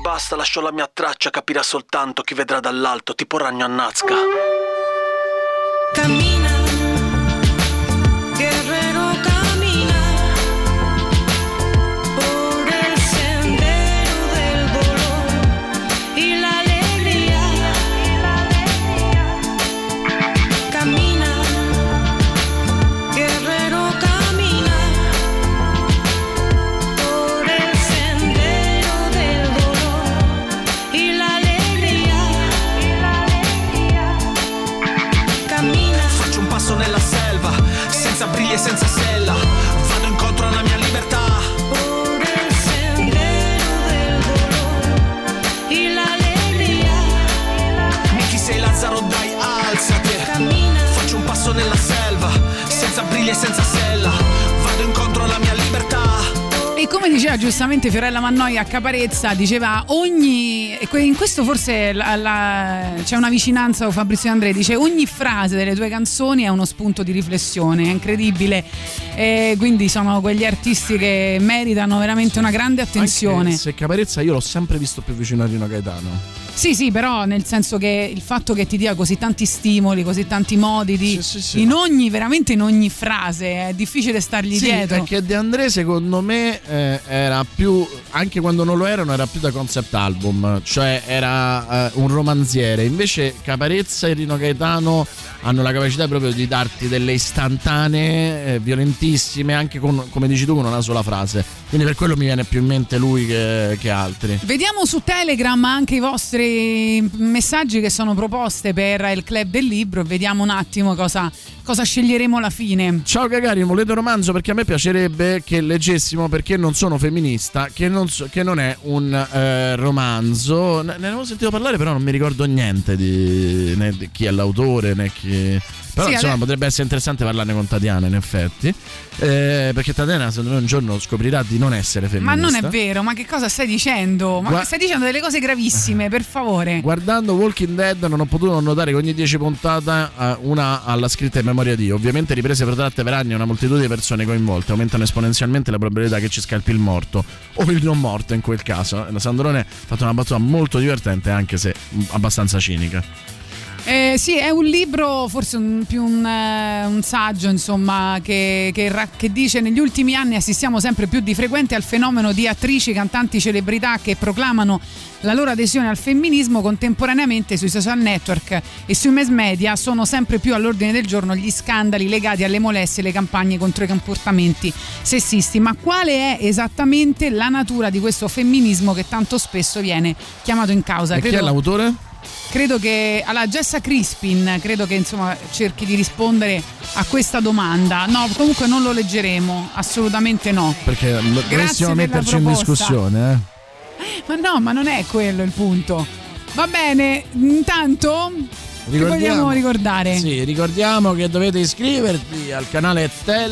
basta, lascio la mia traccia, capirà soltanto chi vedrà dall'alto, tipo ragno a Nazca. Camina, guerrero camina, por el sendero del dolor y la alegría. Camina, guerrero camina, por el sendero del dolor y la alegría. Camina. Faccio un passo nella selva, senza briglie e senza sella, vado incontro alla mia libertà. Por el sendero del dolor y la alegría. E chi sei Lazzaro dai alzati. Camina. Faccio un passo nella selva, senza briglie e senza sella, vado incontro alla mia libertà. E come diceva giustamente Fiorella Mannoia a Caparezza, diceva ogni, e in questo forse la, la, c'è una vicinanza con Fabrizio De André, dice ogni frase delle tue canzoni è uno spunto di riflessione, è incredibile, e quindi sono quegli artisti che meritano veramente una grande attenzione. Anche se Caparezza io l'ho sempre visto più vicino a Rino Gaetano. Sì, sì, però nel senso che il fatto che ti dia così tanti stimoli, così tanti modi di Sì, sì, sì. in ogni, veramente in ogni frase, è difficile stargli Sì, dietro. perché De André secondo me eh, era più, anche quando non lo erano, era più da concept album, cioè era eh, un romanziere. Invece Caparezza e Rino Gaetano hanno la capacità proprio di darti delle istantanee eh, violentissime, anche con, come dici tu, con una sola frase. Quindi per quello mi viene più in mente lui che, che altri. Vediamo su Telegram anche i vostri messaggi che sono proposte per il Club del Libro e vediamo un attimo cosa, cosa sceglieremo alla fine. Ciao Gagarin, volete un romanzo? Perché a me piacerebbe che leggessimo Perché non sono femminista, che non, so, che non è un eh, romanzo. Ne, ne avevo sentito parlare, però non mi ricordo niente di, né di chi è l'autore né chi. Però Sì, insomma ade- potrebbe essere interessante parlarne con Tatiana, in effetti, eh, perché Tatiana secondo me un giorno scoprirà di non essere Ma femminista. non è vero, ma che cosa stai dicendo? Ma Gua- stai dicendo delle cose gravissime, per favore. Guardando Walking Dead non ho potuto non notare che ogni dieci puntate eh, una ha la scritta in memoria di. Ovviamente riprese protratte per anni e una moltitudine di persone coinvolte aumentano esponenzialmente la probabilità che ci scalpi il morto o il non morto in quel caso. La Sandrone ha fatto una battuta molto divertente, anche se mh, abbastanza cinica. Eh, sì, è un libro, forse un, più un, eh, un saggio, insomma, che, che, ra- che dice: negli ultimi anni assistiamo sempre più di frequente al fenomeno di attrici, cantanti, celebrità che proclamano la loro adesione al femminismo. Contemporaneamente sui social network e sui mass media sono sempre più all'ordine del giorno gli scandali legati alle molestie e le campagne contro i comportamenti sessisti. Ma quale è esattamente la natura di questo femminismo che tanto spesso viene chiamato in causa? E chi è l'autore? Credo che alla Jessa Crispin credo che insomma cerchi di rispondere a questa domanda. No, comunque non lo leggeremo, assolutamente no. Perché Grazie dovessimo per la metterci in proposta. discussione, eh? Ma no, ma non è quello il punto. Va bene, intanto che vogliamo ricordare? Sì, ricordiamo che dovete iscrivervi al canale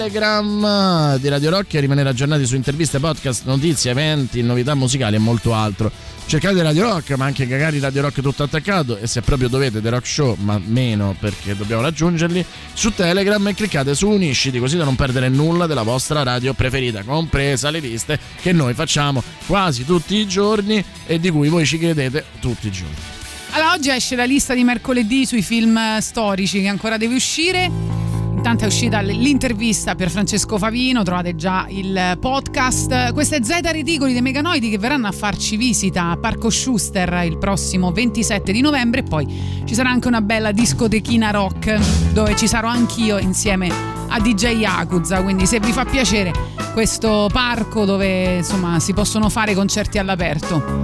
Telegram di Radio Rock e rimanere aggiornati su interviste, podcast, notizie, eventi, novità musicali e molto altro. Cercate Radio Rock, ma anche Gagari Radio Rock tutto attaccato, e se proprio dovete The Rock Show, ma meno perché dobbiamo raggiungerli, su Telegram, e cliccate su Unisciti, così da non perdere nulla della vostra radio preferita, compresa le liste che noi facciamo quasi tutti i giorni e di cui voi ci credete tutti i giorni. Allora, oggi esce la lista di mercoledì sui film storici che ancora deve uscire. Intanto è uscita l'intervista per Francesco Favino, trovate già il podcast. Queste Zeta Reticoli dei Meganoidi che verranno a farci visita a Parco Schuster il prossimo ventisette di novembre, e poi ci sarà anche una bella discotechina rock dove ci sarò anch'io insieme a D J Yakuza, quindi se vi fa piacere questo parco dove insomma si possono fare concerti all'aperto.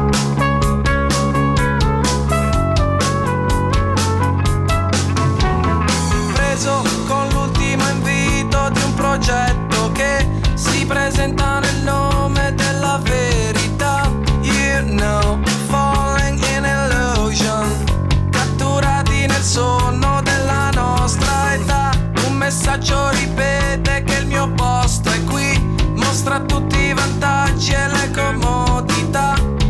Con l'ultimo invito di un progetto che si presenta nel nome della verità. You know, falling in illusion, catturati nel sonno della nostra età. Un messaggio ripete che il mio posto è qui, mostra tutti i vantaggi e le comodità.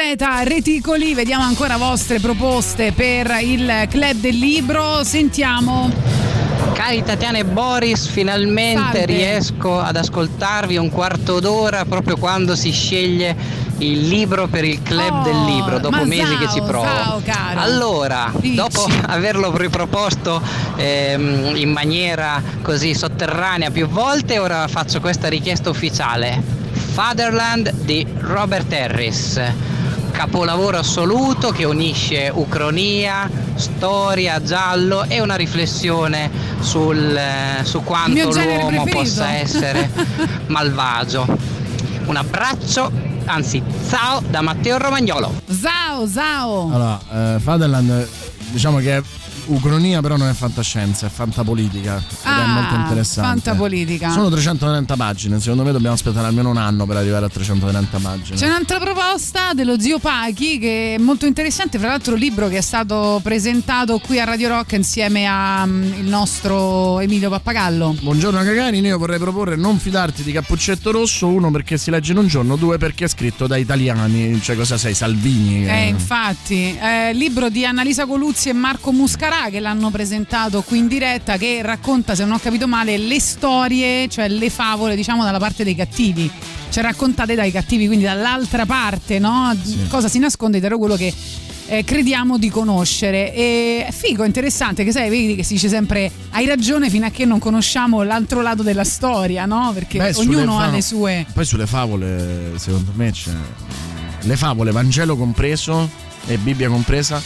poeta Reticoli. Vediamo ancora vostre proposte per il club del libro. Sentiamo. Cari Tatiana e Boris, finalmente Salve. riesco ad ascoltarvi un quarto d'ora proprio quando si sceglie il libro per il club Oh, del libro, dopo ma mesi che ciao, ci provo. ciao, caro. Allora, Dici. dopo averlo riproposto ehm, in maniera così sotterranea più volte, ora faccio questa richiesta ufficiale. Fatherland di Robert Harris. Capolavoro assoluto che unisce ucronia, storia, giallo e una riflessione sul, eh, su Il quanto mio genere l'uomo preferito. possa essere malvagio. Un abbraccio, anzi, ciao da Matteo Romagnolo. Zao, Zao. Allora, eh, Fatherland, diciamo che è ucronia, però non è fantascienza, è fantapolitica ed Ah, è molto interessante. fantapolitica. Sono trecentotrenta pagine, secondo me dobbiamo aspettare almeno un anno per arrivare a trecentotrenta pagine. C'è un'altra proposta dello zio Pachi che è molto interessante, fra l'altro libro che è stato presentato qui a Radio Rock insieme al nostro Emilio Pappagallo. Buongiorno Cagarini, io vorrei proporre Non fidarti di Cappuccetto Rosso, uno perché si legge in un giorno, due perché è scritto da italiani, cioè cosa sei, Salvini? Eh, infatti, eh, libro di Annalisa Coluzzi e Marco Muscarà che l'hanno presentato qui in diretta, che racconta, se non ho capito male, le storie, cioè le favole, diciamo, dalla parte dei cattivi, cioè raccontate dai cattivi, quindi dall'altra parte, no? Sì. Cosa si nasconde dietro quello che eh, crediamo di conoscere. E è figo, interessante, che sai, vedi che si dice sempre hai ragione fino a che non conosciamo l'altro lato della storia, no? Perché Beh, sulle ognuno ha fa- le sue. Poi sulle favole, secondo me c'è le favole, Vangelo compreso e Bibbia compresa,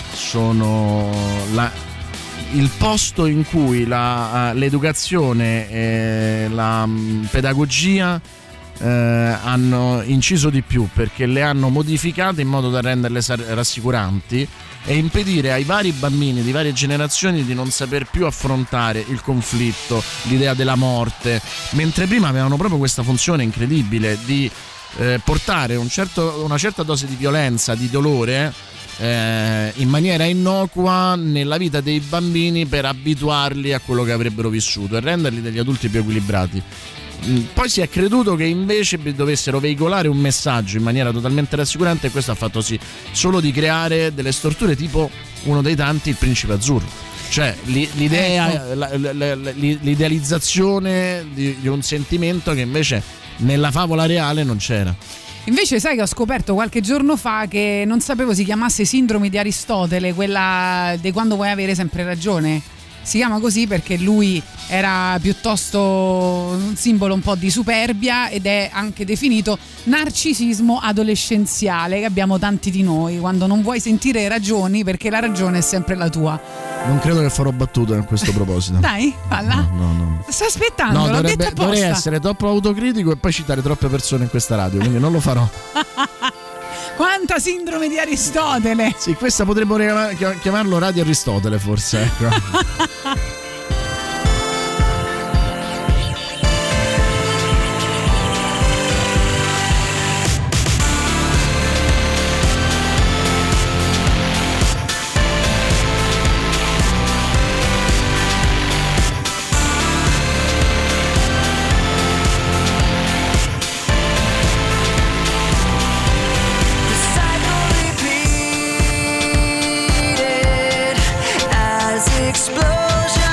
sono la, il posto in cui la, l'educazione e la mh, pedagogia eh, hanno inciso di più, perché le hanno modificate in modo da renderle sar- rassicuranti e impedire ai vari bambini di varie generazioni di non saper più affrontare il conflitto, l'idea della morte, mentre prima avevano proprio questa funzione incredibile di eh, portare un certo, una certa dose di violenza, di dolore eh, in maniera innocua nella vita dei bambini per abituarli a quello che avrebbero vissuto e renderli degli adulti più equilibrati. Poi si è creduto che invece dovessero veicolare un messaggio in maniera totalmente rassicurante, e questo ha fatto sì solo di creare delle storture, tipo uno dei tanti, il Principe Azzurro. Cioè l'idea, Ecco. la, la, la, l'idealizzazione di, di un sentimento che invece nella favola reale non c'era. Invece sai che ho scoperto qualche giorno fa che non sapevo si chiamasse sindrome di Aristotele, quella di quando vuoi avere sempre ragione. Si chiama così perché lui era piuttosto un simbolo un po' di superbia ed è anche definito narcisismo adolescenziale, che abbiamo tanti di noi quando non vuoi sentire ragioni perché la ragione è sempre la tua. Non credo che farò battute a questo proposito. Dai, falla. No, no, no. Sto aspettando, No, l'ho dovrebbe, detto apposta. dovrei essere troppo autocritico e poi citare troppe persone in questa radio, quindi non lo farò. Quanta sindrome di Aristotele! Sì, questa potremmo chiam- chiamarlo Radio Aristotele, forse, ecco. Explosion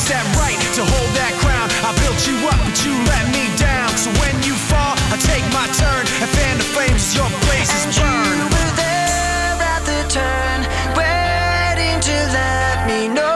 takes that right to hold that crown. I built you up, but you let me down. So when you fall, I take my turn and fan the flames as your blazes burn. You were there at the turn, waiting to let me know.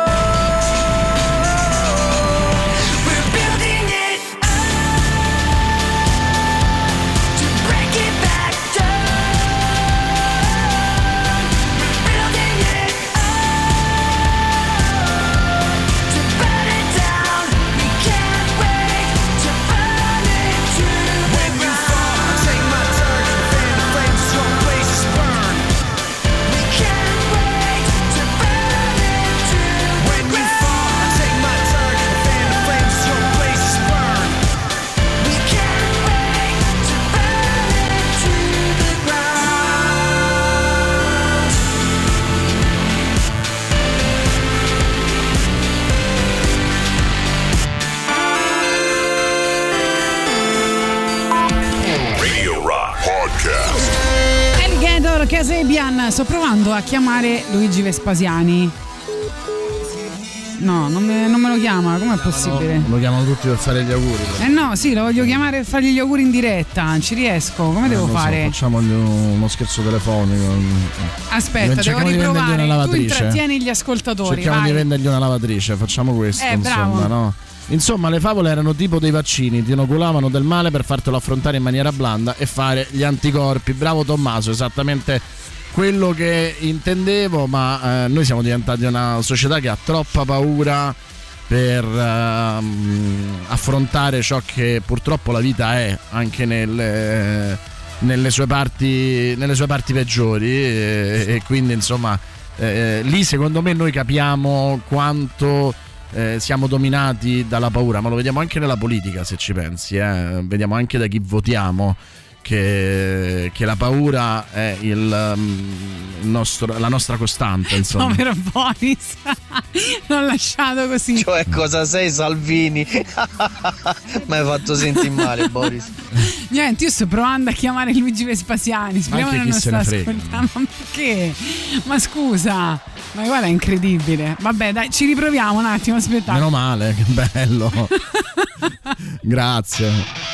Kasabian, sto provando a chiamare Luigi Vespasiani. No, non me, non me lo chiama, com'è possibile? No, lo chiamano tutti per fare gli auguri. Eh no, sì, lo voglio chiamare per fargli gli auguri in diretta, non ci riesco, come eh, devo fare? So, facciamogli uno scherzo telefonico. Aspetta, devo riprovare, tu intrattieni gli ascoltatori. Cerchiamo vai. di vendergli una lavatrice, facciamo questo, eh, insomma, bravo. no? Insomma, le favole erano tipo dei vaccini, ti inoculavano del male per fartelo affrontare in maniera blanda e fare gli anticorpi. Bravo Tommaso, esattamente quello che intendevo, ma eh, noi siamo diventati una società che ha troppa paura per eh, affrontare ciò che purtroppo la vita è, anche nelle, nelle sue parti nelle sue parti peggiori, e, e quindi insomma eh, lì secondo me noi capiamo quanto eh, siamo dominati dalla paura, ma lo vediamo anche nella politica, se ci pensi, eh. Vediamo anche da chi votiamo Che, che la paura è il, il nostro, la nostra costante, insomma. Povero Boris, l'ho lasciato così. Cioè, cosa sei, Salvini? Mi hai fatto sentire male, Boris. Niente, io sto provando a chiamare Luigi Vespasiani. Speriamo che non se sta ne frega. ascoltando. Ma perché? Ma scusa, ma guarda, è incredibile. Vabbè, dai, ci riproviamo un attimo, aspettate. Meno male, che bello. Grazie.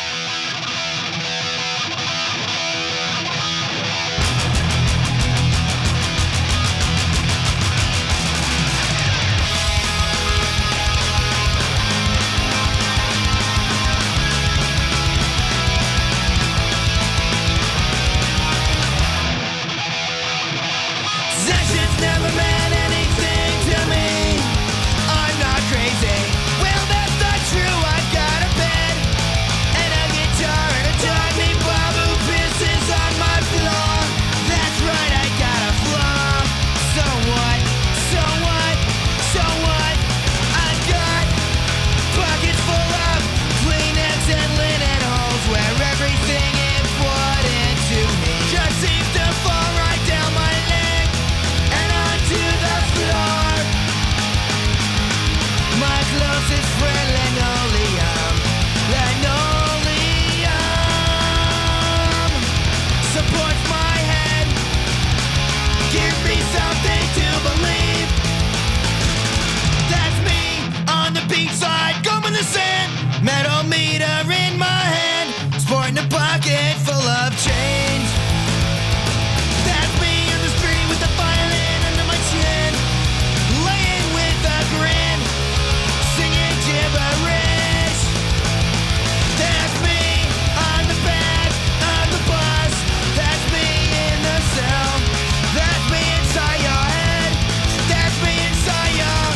Possessions never meant anything to me. I'm not crazy. Well, that's not true. I've got a bed and a guitar and a tiny bamboo pieces on my floor. That's right, I got a flaw. So what? So what? So what? I've got pockets full of Kleenex and linen holes where everything important to me just seems to fall right down my leg and onto the floor. My closest friend, linoleum, linoleum, supports my head. Give me something to believe. That's me on the beach side, combing the sand. Metal meter in my hand, sporting a pocket full of change. That's me in the street with the violin under my chin, laying with a grin, singing gibberish. That's me on the back of the bus. That's me in the cell. That's me inside your head. That's me inside your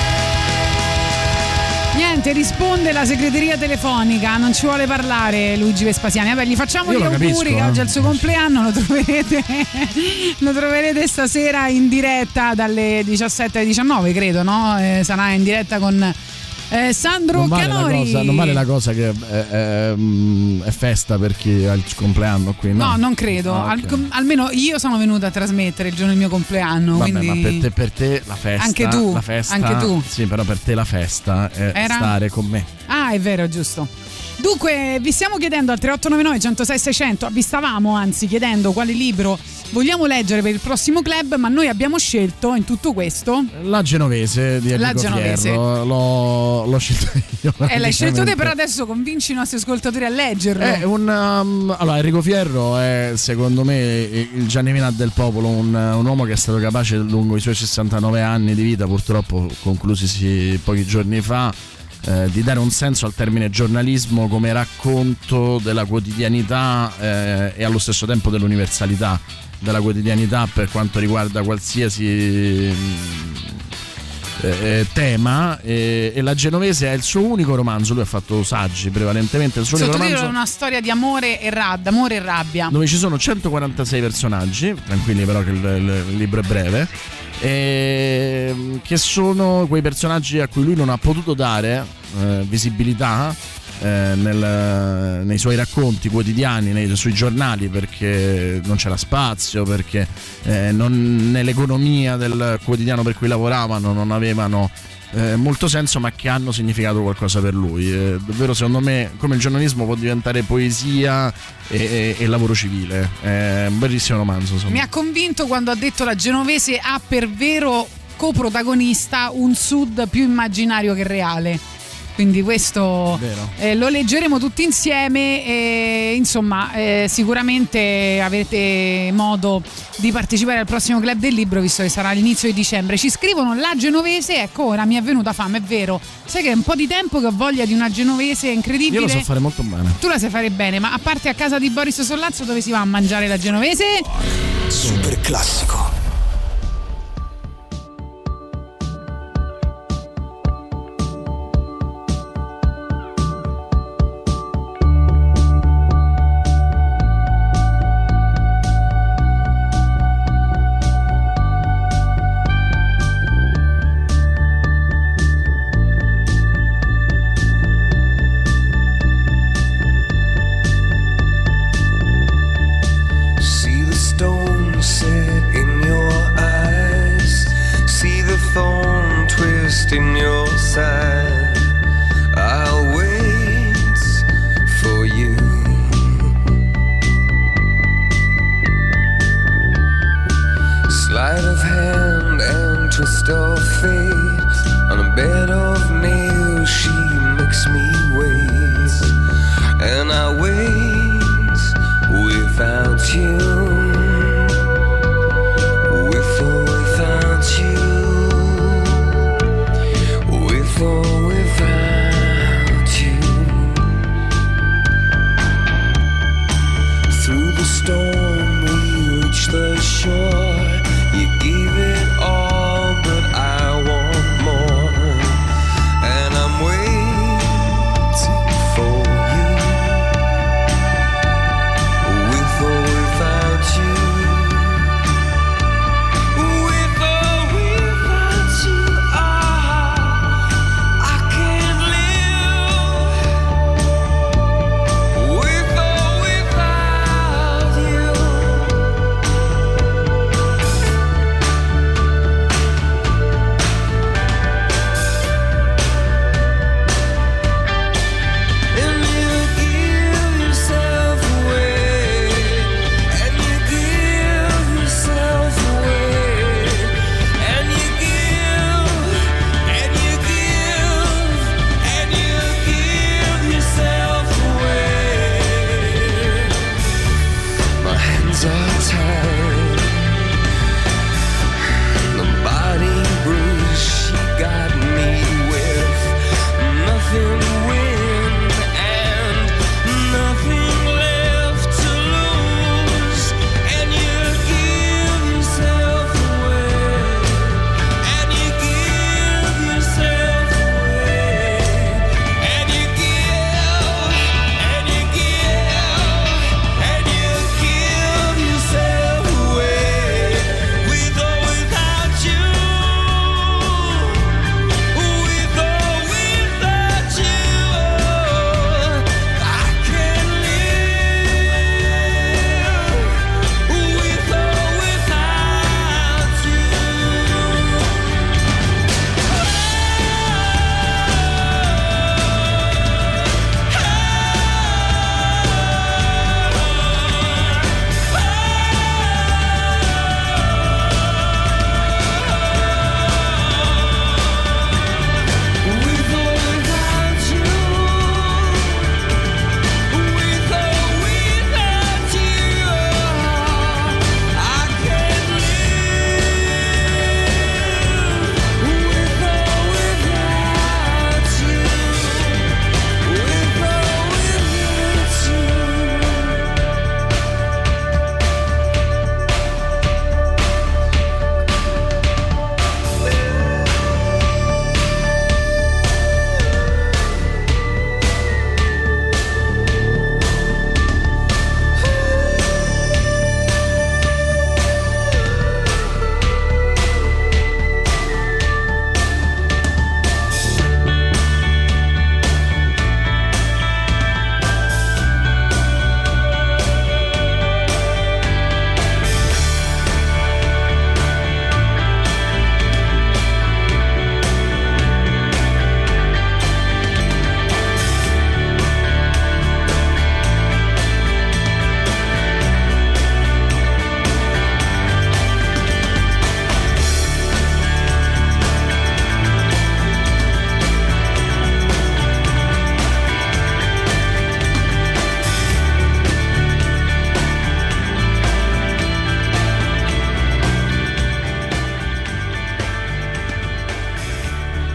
head. Niente, risponde la segreteria telefonica, non ci vuole parlare Luigi Vespasiani. Vabbè, gli facciamo Io gli lo auguri, capisco, che eh. oggi è il suo compleanno, lo troverete lo troverete stasera in diretta dalle diciassette alle diciannove, credo, no? Eh, sarà in diretta con eh, Sandro Non vale, la Canori. cosa, non vale la cosa che è, è, è festa per chi ha il compleanno qui, no? No, non credo. Ah, Al- ok. com- almeno io sono venuta a trasmettere il giorno del mio compleanno. Vabbè, quindi... ma per te, per te la festa, Anche tu, la festa, anche tu. Sì, però per te la festa è Era? stare con me. Ah, è vero, giusto. Dunque, vi stiamo chiedendo al tre otto nove nove, uno zero sei, sei zero zero, vi stavamo anzi chiedendo quale libro vogliamo leggere per il prossimo club, ma noi abbiamo scelto in tutto questo La Genovese di Enrico La Genovese. Fierro. L'ho, l'ho scelto io. Eh, l'hai scelto te, praticamente. però adesso convinci i nostri ascoltatori a leggerlo. È un, um, allora, Enrico Fierro è secondo me il Gianni Vinà del popolo, un, un uomo che è stato capace lungo i suoi sessantanove anni di vita, purtroppo conclusisi pochi giorni fa, eh, di dare un senso al termine giornalismo come racconto della quotidianità eh, e allo stesso tempo dell'universalità della quotidianità per quanto riguarda qualsiasi Eh, tema eh, e La Genovese è il suo unico romanzo. Lui ha fatto saggi prevalentemente, il suo unico Sottotitolo romanzo è una storia di amore e rad, amore e rabbia. dove ci sono centoquarantasei personaggi, tranquilli però che il, il, il libro è breve, e, che sono quei personaggi a cui lui non ha potuto dare eh, visibilità eh, nel, nei suoi racconti quotidiani, nei, sui giornali, perché non c'era spazio, perché eh, non, nell'economia del quotidiano per cui lavoravano non avevano eh, molto senso, ma che hanno significato qualcosa per lui. Eh, davvero, secondo me, come il giornalismo può diventare poesia e, e, e lavoro civile. È un bellissimo romanzo, insomma. Mi ha convinto quando ha detto La Genovese ha per vero coprotagonista un sud più immaginario che reale. Quindi questo eh, lo leggeremo tutti insieme e insomma eh, sicuramente avrete modo di partecipare al prossimo club del libro, visto che sarà all'inizio di dicembre. Ci scrivono La Genovese, ecco, ora mi è venuta fame, è vero. Sai che è un po' di tempo che ho voglia di una genovese incredibile. Io lo so fare molto bene. Tu la sai fare bene, ma a parte a casa di Boris Sollazzo, dove si va a mangiare la genovese? Super classico. See the stone set in your eyes. See the thorn twist in your side. I'll wait for you. Sleight of hand and twist of fate. On a bed of nails she makes me wait. And I wait without you, with or without you.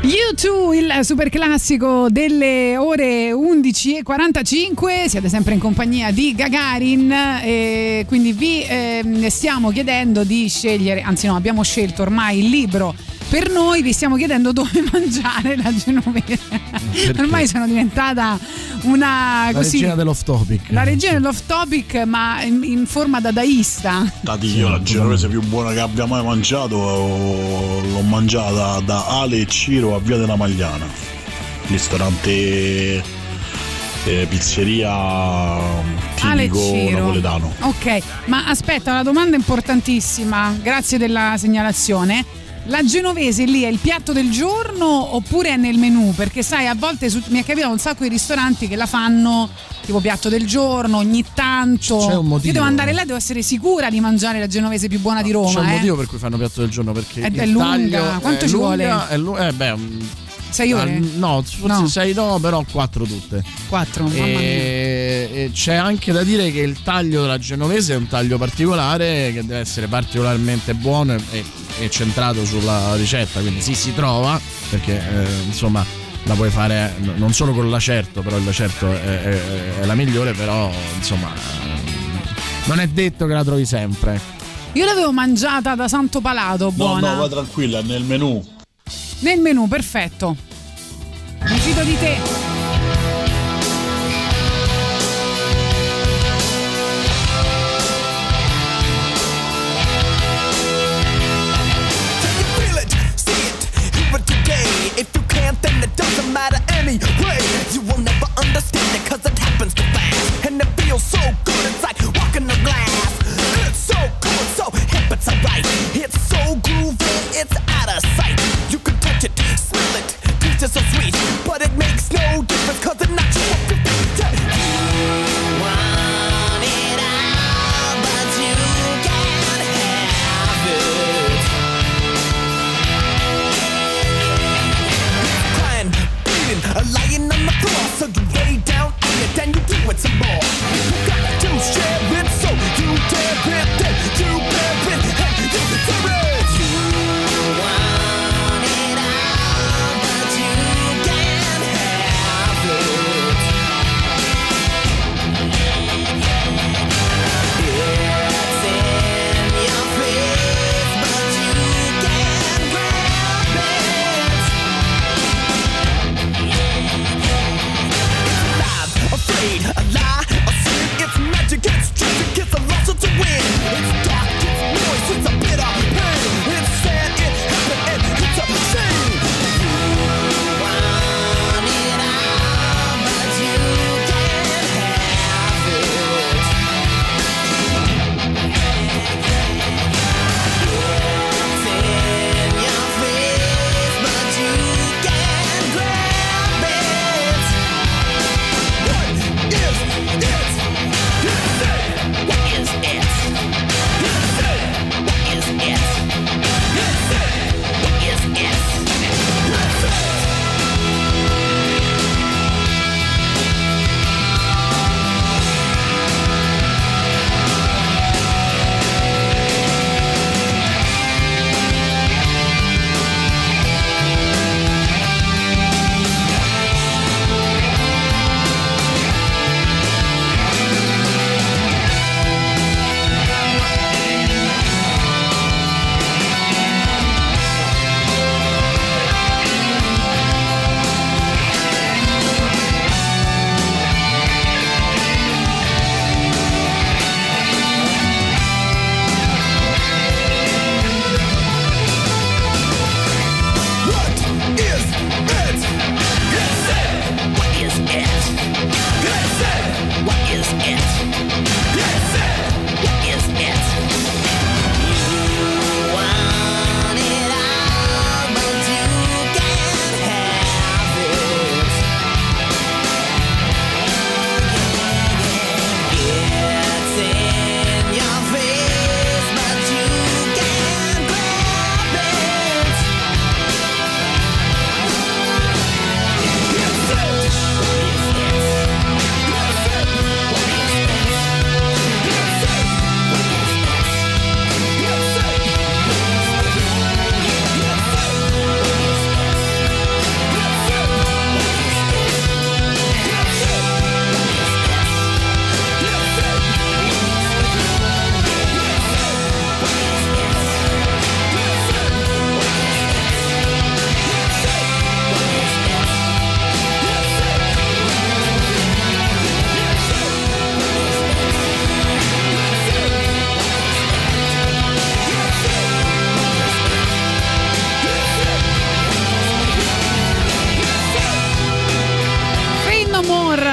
U due, il super classico delle ore undici e quarantacinque, siete sempre in compagnia di Gagarin e quindi vi eh, stiamo chiedendo di scegliere, anzi no, abbiamo scelto ormai il libro per noi, vi stiamo chiedendo dove mangiare la genovese. Perché? Ormai sono diventata una La così regina dell'off topic. la regina dell'off topic, ma in, in forma dadaista. Dati io la genovese più buona che abbia mai mangiato l'ho mangiata da Ale e Ciro a Via della Magliana, ristorante eh, pizzeria Ale tipico Ciro. napoletano. Ok, ma aspetta, una domanda importantissima, grazie della segnalazione. La genovese lì è il piatto del giorno oppure è nel menù? Perché sai, a volte su, mi è capitato un sacco di ristoranti che la fanno tipo piatto del giorno ogni tanto. C'è un motivo. Io devo andare là, devo essere sicura di mangiare la genovese più buona di Roma. C'è un eh. motivo per cui fanno piatto del giorno, perché È- il è lunga. taglio Quanto è ci lunga, vuole? È lu- eh, beh, un- Sei ore? ah, no, forse No. sei no, però quattro tutte. Quattro, mamma mia. E, e c'è anche da dire che il taglio della genovese è un taglio particolare che deve essere particolarmente buono e, e- e centrato sulla ricetta, quindi sì, si trova, perché eh, insomma la puoi fare n- non solo con l'acerto, però il lacerto è, è- è la migliore, però insomma eh, non è detto che la trovi sempre. Io l'avevo mangiata da Santo Palato, No, buona. no, va tranquilla, è nel menù. Nel menù, perfetto. Mi fido di te. Feel it, see it, hear it today. If you can't, then it doesn't matter anyway. You will never understand it, cause it happens too fast. And it feels so good, it's like walking the glass. It's so good, so hip, it's alright. It's so groovy, it's out of sight. You can touch it, smell it, taste it so sweet. But it makes no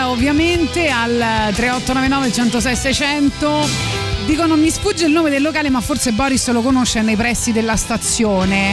ovviamente al tre otto nove nove uno zero sei sei zero zero. Dicono mi sfugge il nome del locale, ma forse Boris lo conosce, nei pressi della stazione.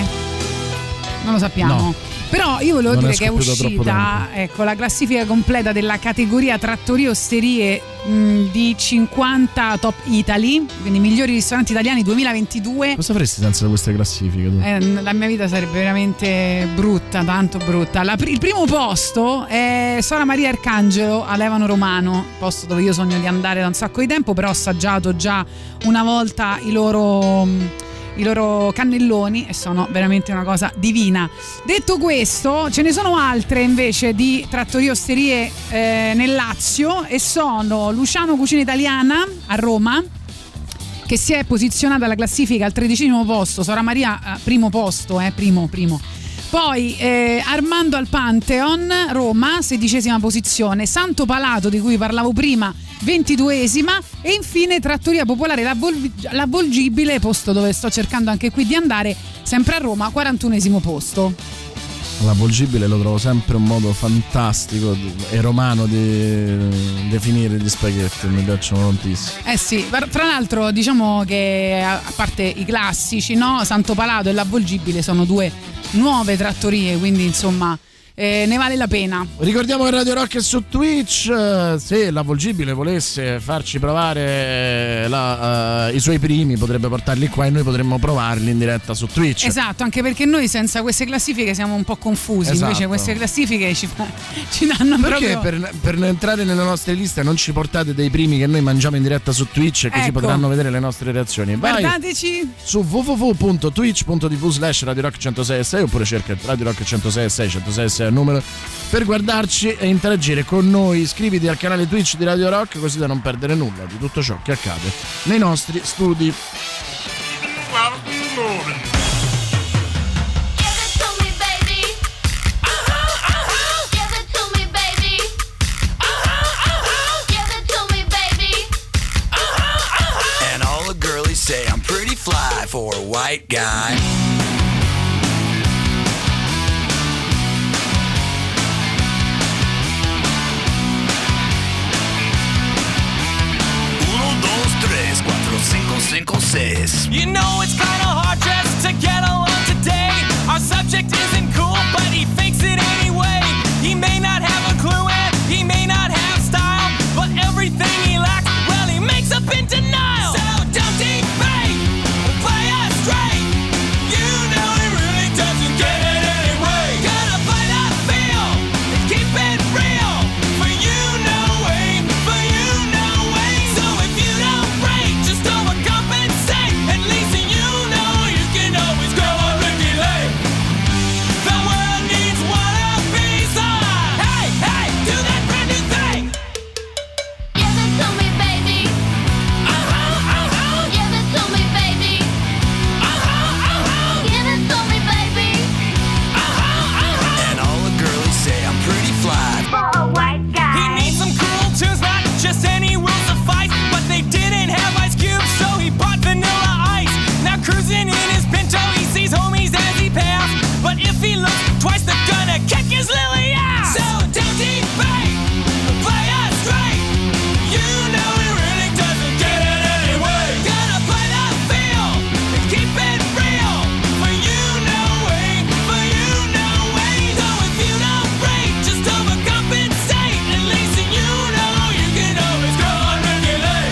Non lo sappiamo. No. Però io volevo Non dire è che è uscita, ecco, la classifica completa della categoria trattorie osterie mh, di cinquanta Top Italy, quindi migliori ristoranti italiani duemilaventidue. Cosa faresti senza queste classifiche tu? Eh, la mia vita sarebbe veramente brutta, tanto brutta. La, il primo posto è Sora Maria Arcangelo a Levano Romano, posto dove io sogno di andare da un sacco di tempo, però ho assaggiato già una volta i loro... i loro cannelloni e sono veramente una cosa divina. Detto questo, ce ne sono altre invece di trattorie osterie eh, nel Lazio, e sono Luciano Cucina Italiana a Roma, che si è posizionata alla classifica al tredicesimo posto, Sora Maria eh, primo posto, eh, primo primo. Poi eh, Armando al Pantheon, Roma, sedicesima posizione. Santo Palato, di cui parlavo prima, ventiduesima. E infine Trattoria Popolare L'Avvolgibile, posto dove sto cercando anche qui di andare, sempre a Roma, quarantunesimo posto. L'avvolgibile lo trovo sempre un modo fantastico e romano di definire gli spaghetti, mi piacciono tantissimo. Eh sì, tra l'altro diciamo che a parte i classici, no? Santo Palato e l'Avvolgibile sono due nuove trattorie, quindi insomma eh, ne vale la pena. Ricordiamo che Radio Rock è su Twitch. Se l'Avvolgibile volesse farci provare la, uh, i suoi primi, potrebbe portarli qua e noi potremmo provarli in diretta su Twitch. Esatto, anche perché noi senza queste classifiche siamo un po' confusi. Esatto. Invece queste classifiche ci, ci danno perché proprio... per, per entrare nelle nostre liste non ci portate dei primi che noi mangiamo in diretta su Twitch e così ecco, potranno vedere le nostre reazioni. Vai guardateci su w w w punto twitch punto t v slash Radio Rock centosei e sei oppure cerca Radio Rock centosei e sei centosei e sei al numero per guardarci e interagire con noi. Iscriviti al canale Twitch di Radio Rock così da non perdere nulla di tutto ciò che accade nei nostri studi. And all the girlies say I'm pretty fly for a white guy. cinco, seis. You know it's kinda hard just to get along today. Our subject isn't cool, but he fakes it anyway. He may not have a clue and he may not have style, but everything he lacks, well, he makes up in denial. So don't debate, play us straight. You know he really doesn't get it anyway. Gotta play that feel and keep it real. For you know way, for you know way. So if you don't break, just overcompensate. At least you know you can always go on Ricky Lake. The world needs one of these. Hey, hey, do that brand new thing. Give it to me, baby. Uh-huh, uh-huh. Give it to me, baby. Uh-huh, uh-huh. Give it to me, baby. Uh-huh, uh-huh. And all the girlies say I'm pretty fly For a white guy. He needs some cool tunes, not just any will suffice. But they didn't have Ice Cube, so he bought Vanilla Ice. Now cruising in his Pinto, he sees homies as he passed. But if he looks twice, they're gonna kick his lily ass. So don't debate, play us straight. You know he really doesn't get it anyway. Gotta play that feel and keep it real. For you know way, for you know way. So if you don't break, just overcompensate. At least you know you can always go on regulate.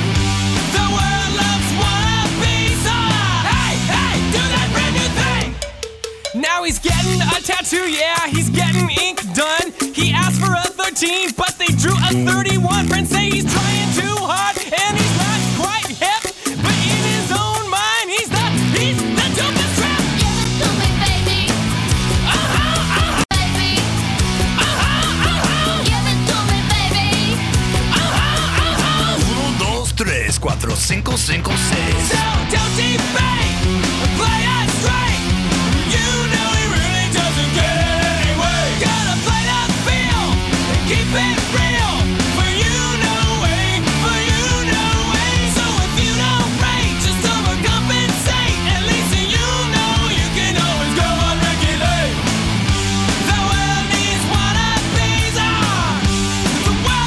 The world loves wannabes. Hey, hey, do that brand new thing. Now he's getting a tattoo, yeah, he's getting ink done. He asked for a thirteen, but they drew a thirty-one. Friends say he's trying too hard, and he's not quite hip. But in his own mind, he's the, he's the dopest trap. Give it to me, baby. Uh-huh, uh-huh, Baby. uh-huh, uh-huh. Give it to me, baby. Uh-huh, uh-huh. uno, dos, tres, cuatro, cinco, cinco, seis. So don't debate, play us straight. You know he really doesn't get it anyway. Gotta play that feel and keep it real. For you know way, for you know way. So if you don't break, just overcompensate. At least you know you can always go on regulate. The world needs one of these. The world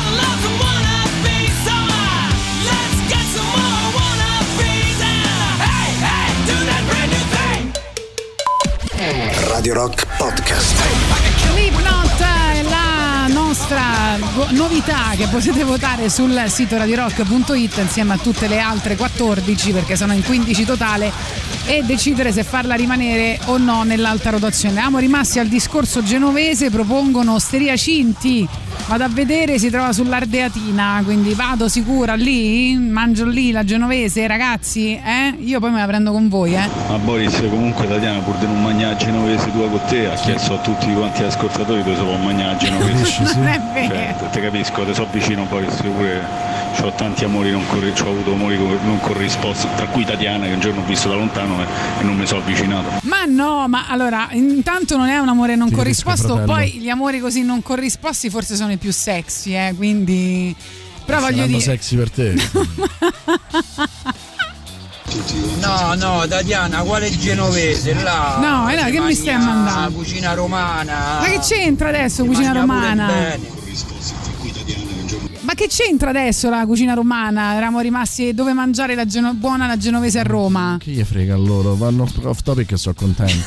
Radio Rock Podcast. Slipknot è la nostra novità che potete votare sul sito radio rock punto it insieme a tutte le altre quattordici, perché sono in quindici totale, e decidere se farla rimanere o no nell'alta rotazione. Siamo rimasti al discorso genovese, propongono Osteria Cinti, vado a vedere, si trova sull'Ardeatina, quindi vado sicura lì, mangio lì la genovese, ragazzi, eh? Io poi me la prendo con voi, eh? Ma Boris, comunque Tatiana, pur di non mangiare genovese tua con te, ha chiesto a tutti quanti gli ascoltatori dove si può mangiare genovese. Non è vero. Cioè, te capisco, te so vicino, Boris, io pure ho tanti amori non corrisposti, ho avuto amori non corrisposti, tra cui Tatiana, che un giorno ho visto da lontano e, e non mi sono avvicinato. Ma no, ma allora, intanto non è un amore non Ti corrisposto, capisco, poi fratello. gli amori così non corrisposti forse sono i più sexy, eh, quindi... Però Sta voglio andando dire... sexy per te. No, no, Tatiana, quale genovese? Là, No, e là, che mi stai a mandare? La cucina romana. Ma che c'entra adesso Si cucina mangia pure romana? bene. Ma che c'entra adesso la cucina romana? Eravamo rimasti dove mangiare la geno- buona la genovese a Roma. Che gli frega loro? Vanno off topic e sono contenti.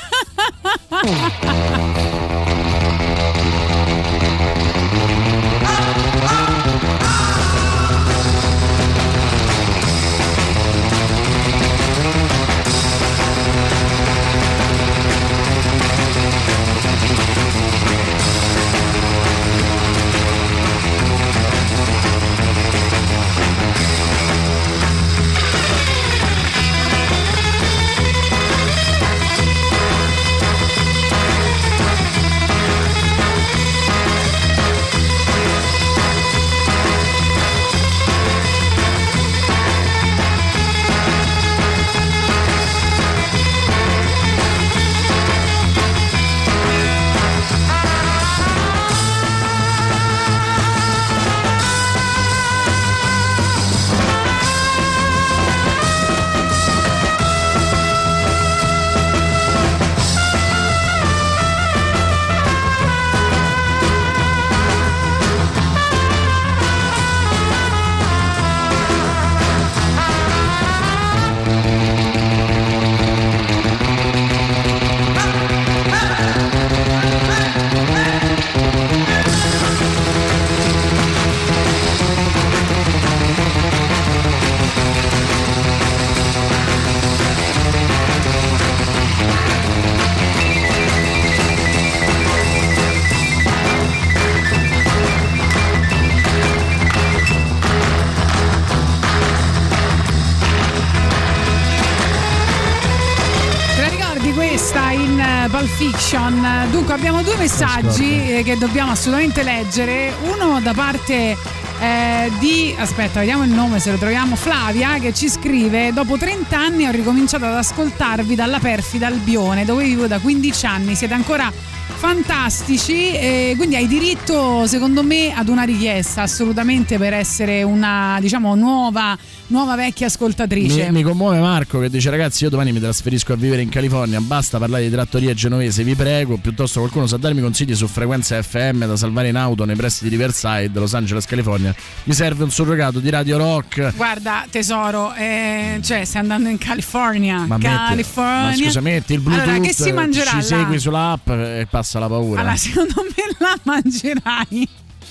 Pulp Fiction. Dunque abbiamo due messaggi eh, che dobbiamo assolutamente leggere. Uno da parte eh, di, aspetta, vediamo il nome se lo troviamo, Flavia, che ci scrive: dopo trenta anni ho ricominciato ad ascoltarvi dalla perfida Albione, dove vivo da quindici anni, siete ancora fantastici, e quindi hai diritto secondo me ad una richiesta assolutamente per essere una, diciamo, nuova nuova vecchia ascoltatrice. Mi, mi commuove Marco che dice: ragazzi, io domani mi trasferisco a vivere in California, basta parlare di trattoria genovese, vi prego, piuttosto qualcuno sa darmi consigli su frequenze F M da salvare in auto nei pressi di Riverside, Los Angeles, California. Mi serve un surrogato di Radio Rock. Guarda tesoro, eh, cioè stai andando in California, Ma California. metti, ma scusa, metti il Bluetooth, allora, che si mangerà ci là? segui sull'app e passa la paura. Allora, secondo me la mangerai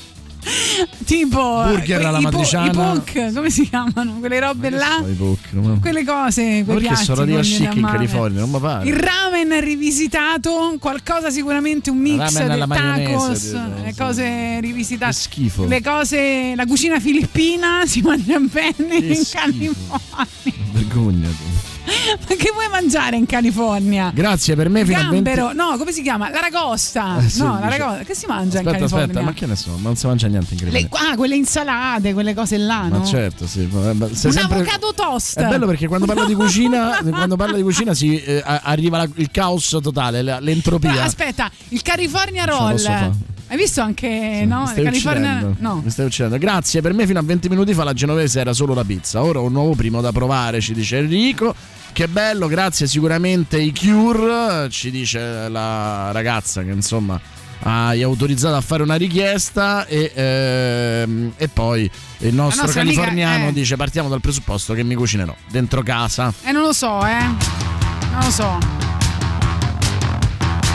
tipo burger alla i po- matriciana, i poke, come si chiamano quelle robe là, i poke, come... quelle cose, quei perché piatti sono arriva con chic le in mame. California, non mi pare. Il ramen rivisitato, qualcosa sicuramente un mix Ramen alla del tacos, maionese, le cose rivisitate, che schifo. le cose, la cucina filippina si mangia bene in California. Vergognati. Ma che vuoi mangiare in California? Grazie, per me fino a venti... Gambero, no, come si chiama? L'aragosta. Eh, sì, no, dice- l'aragosta. Che si mangia Aspetta, in California? aspetta, ma che ne so, ma non si mangia niente in California. Le, ah, quelle insalate, quelle cose là, Ma no? certo, sì. ma- ma- sei Un sempre- avocado toast. È bello perché quando parla di cucina, quando parla di cucina si eh, a- arriva la- il caos totale, la- l'entropia. Però, aspetta, il California Ce la Roll. posso fare. Hai visto anche, no? Mi Il stai California uccidendo. no. Mi stai uccidendo. Grazie, per me fino a venti minuti fa la genovese era solo la pizza. Ora ho un nuovo primo da provare, ci dice Enrico. Che bello, grazie sicuramente i Cure, ci dice la ragazza che insomma hai autorizzato a fare una richiesta e, ehm, e poi il nostro nostra amica, californiano eh. dice: partiamo dal presupposto che mi cucinerò dentro casa. Eh, non lo so, eh. Non lo so.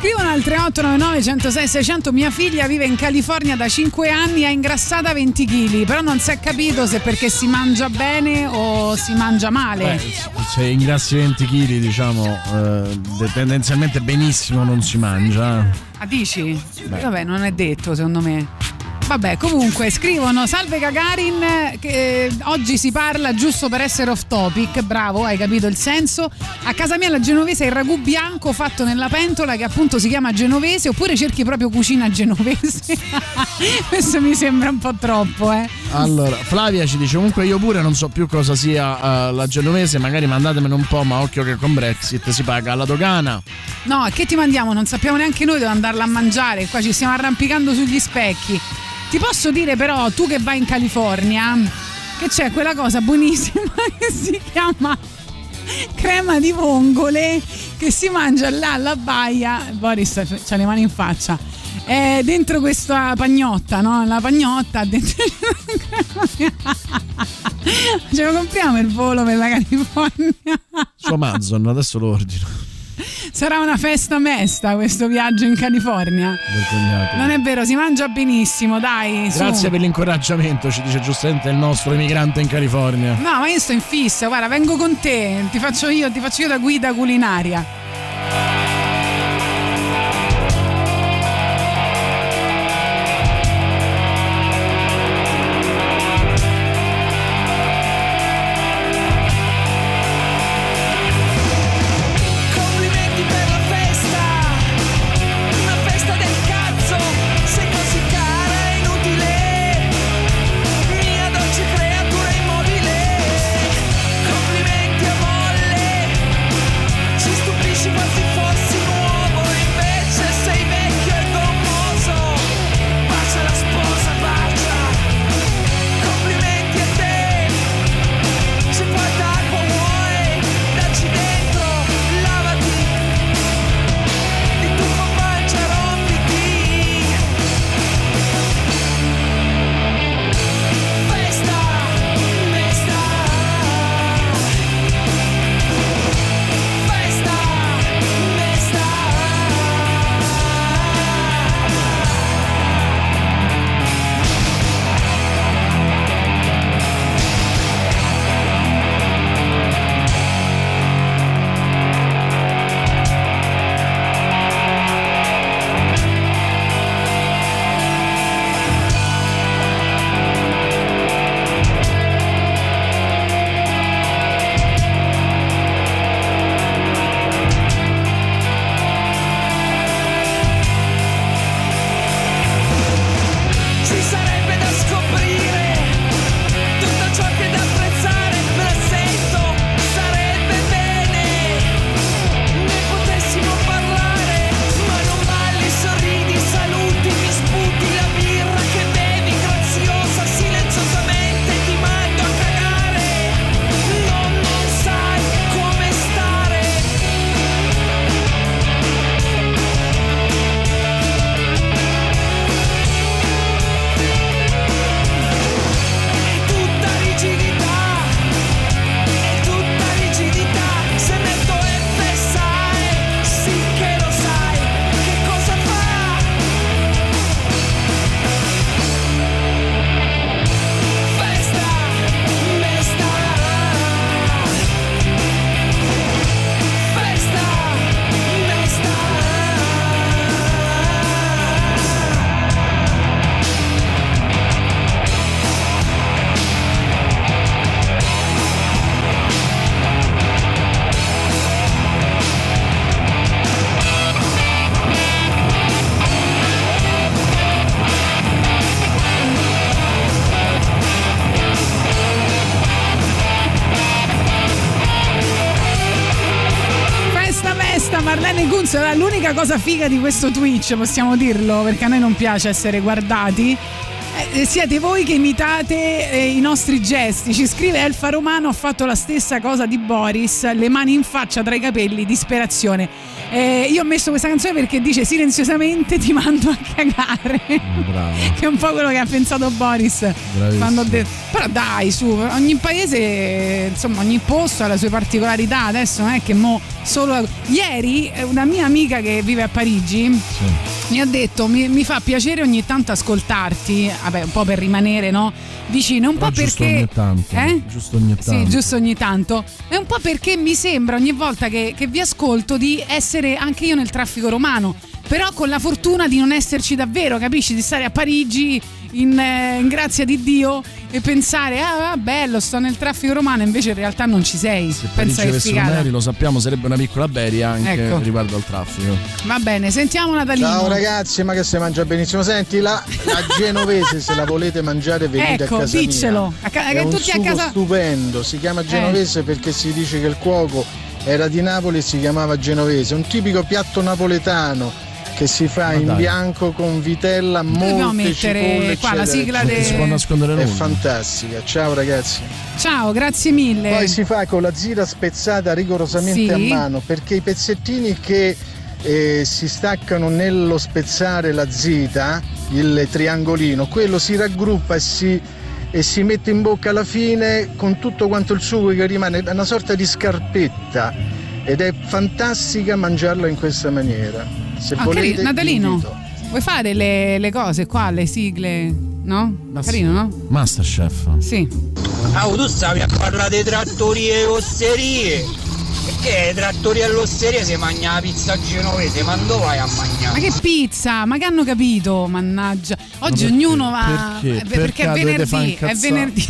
Scrivono al tre otto nove nove uno zero sei sei zero zero: mia figlia vive in California da cinque anni, è ingrassata venti chili, però non si è capito se perché si mangia bene o si mangia male. Beh, se ingrassi venti chili, diciamo, eh, tendenzialmente benissimo non si mangia. Ah, dici? Beh. Vabbè, non è detto secondo me. Vabbè, comunque scrivono: salve Gagarin, che oggi si parla giusto per essere off topic. Bravo, hai capito il senso. A casa mia la genovese è il ragù bianco fatto nella pentola, che appunto si chiama genovese, oppure cerchi proprio cucina genovese. Questo mi sembra un po' troppo, eh. Allora, Flavia ci dice: comunque io pure non so più cosa sia uh, la genovese, magari mandatemene un po', ma occhio che con Brexit si paga alla dogana. No, che ti mandiamo? Non sappiamo neanche noi dove andarla a mangiare, qua ci stiamo arrampicando sugli specchi. Ti posso dire però, tu che vai in California, che c'è quella cosa buonissima che si chiama crema di vongole, che si mangia là alla baia. Boris c'ha le mani in faccia. È dentro questa pagnotta, no? La pagnotta dentro. Ce lo compriamo il volo per la California. Su Amazon, adesso lo ordino. Sarà una festa mesta questo viaggio in California. Vergognato. Non è vero, si mangia benissimo, dai. Su. Grazie per l'incoraggiamento, ci dice giustamente il nostro emigrante in California. No, ma io sto in fissa, guarda, vengo con te, ti faccio io, ti faccio io da guida culinaria. Complimenti per la festa, una festa del cazzo, sei così cara e inutile, mia dolce creatura immobile. Complimenti a molle, ci stupisci quasi fossi nuovo, invece sei vecchio e gommoso. Bacia la sposa, bacia. Complimenti a te, se quanta acqua vuoi, dacci dentro, lavati, di tu con pancia rompiti. Festa, festa, festa, festa. Ci sarebbe da scoprire tutto ciò che è da apprezzare, me la sento, sarebbe bene ne potessimo parlare, ma non balli, sorridi, saluti, mi sputi la birra che bevi graziosa, silenziosamente ti mando a cagare, non, non sai come stare. È tutta rigidità, è tutta rigidità, se metto F sai, sì che lo sai, che cosa fa? Festa, festa, festa, festa. Festa festa, Marlene Kunz era l'unica cosa figa di questo Twitch, possiamo dirlo, perché a noi non piace essere guardati. Eh, siete voi che imitate eh, i nostri gesti. Ci scrive Elfa Romano: ho fatto la stessa cosa di Boris, le mani in faccia tra i capelli, disperazione. Eh, io ho messo questa canzone perché dice silenziosamente ti mando a cagare. Bravo. Che è un po' quello che ha pensato Boris. Bravissimo. Quando ho detto, però dai, su, ogni paese, insomma, ogni posto ha la sue particolarità. Adesso non è che mo solo. Ieri una mia amica che vive a Parigi sì. mi ha detto mi, mi fa piacere ogni tanto ascoltarti, vabbè, un po' per rimanere, no, vicino, un però po' giusto perché ogni tanto, eh? giusto ogni tanto. Sì, giusto ogni tanto. È un po' perché mi sembra ogni volta che, che vi ascolto di essere anche io nel traffico romano, però con la fortuna di non esserci davvero, capisci? Di stare a Parigi in, eh, in grazia di Dio e pensare ah, ah bello, sto nel traffico romano, invece in realtà non ci sei. Se Pensa che avessimo figata. aerei, lo sappiamo, sarebbe una piccola Beria anche Ecco. riguardo al traffico. Va bene, sentiamo Natalino. Ciao ragazzi, ma che si mangia benissimo. Senti, la, la genovese, se la volete mangiare venite Ecco, a casa diccelo. mia. A ca- È che un tutti a sugo casa. stupendo, si chiama genovese perché si dice che il cuoco era di Napoli e si chiamava genovese. Un tipico piatto napoletano che si fa Ma in dai. bianco con vitella, Dobbiamo molte mettere cipolle, qua la eccetera, sigla eccetera. de- Si può nascondere È nulla. fantastica. Ciao ragazzi. Ciao, grazie mille. Poi si fa con la zira spezzata rigorosamente Sì. a mano, perché i pezzettini che eh, si staccano nello spezzare la zita, il triangolino, quello si raggruppa e si, e si mette in bocca alla fine con tutto quanto il sugo che rimane, è una sorta di scarpetta ed è fantastica mangiarla in questa maniera. Se Ah, volete, carino. Natalino, vi invito. vuoi fare le, le cose qua, le sigle? No? Ma Carino, sì. no? Masterchef. Sì. Ah, tu stavi a parlare di trattorie e osterie. Perché trattorie e osterie si mangia la pizza genovese, ma dove vai a mangiare? Ma che pizza? Ma che hanno capito? Mannaggia. Oggi perché? ognuno va. Perché? eh, Perché è Perché dovete far venerdì. È incazzare? venerdì.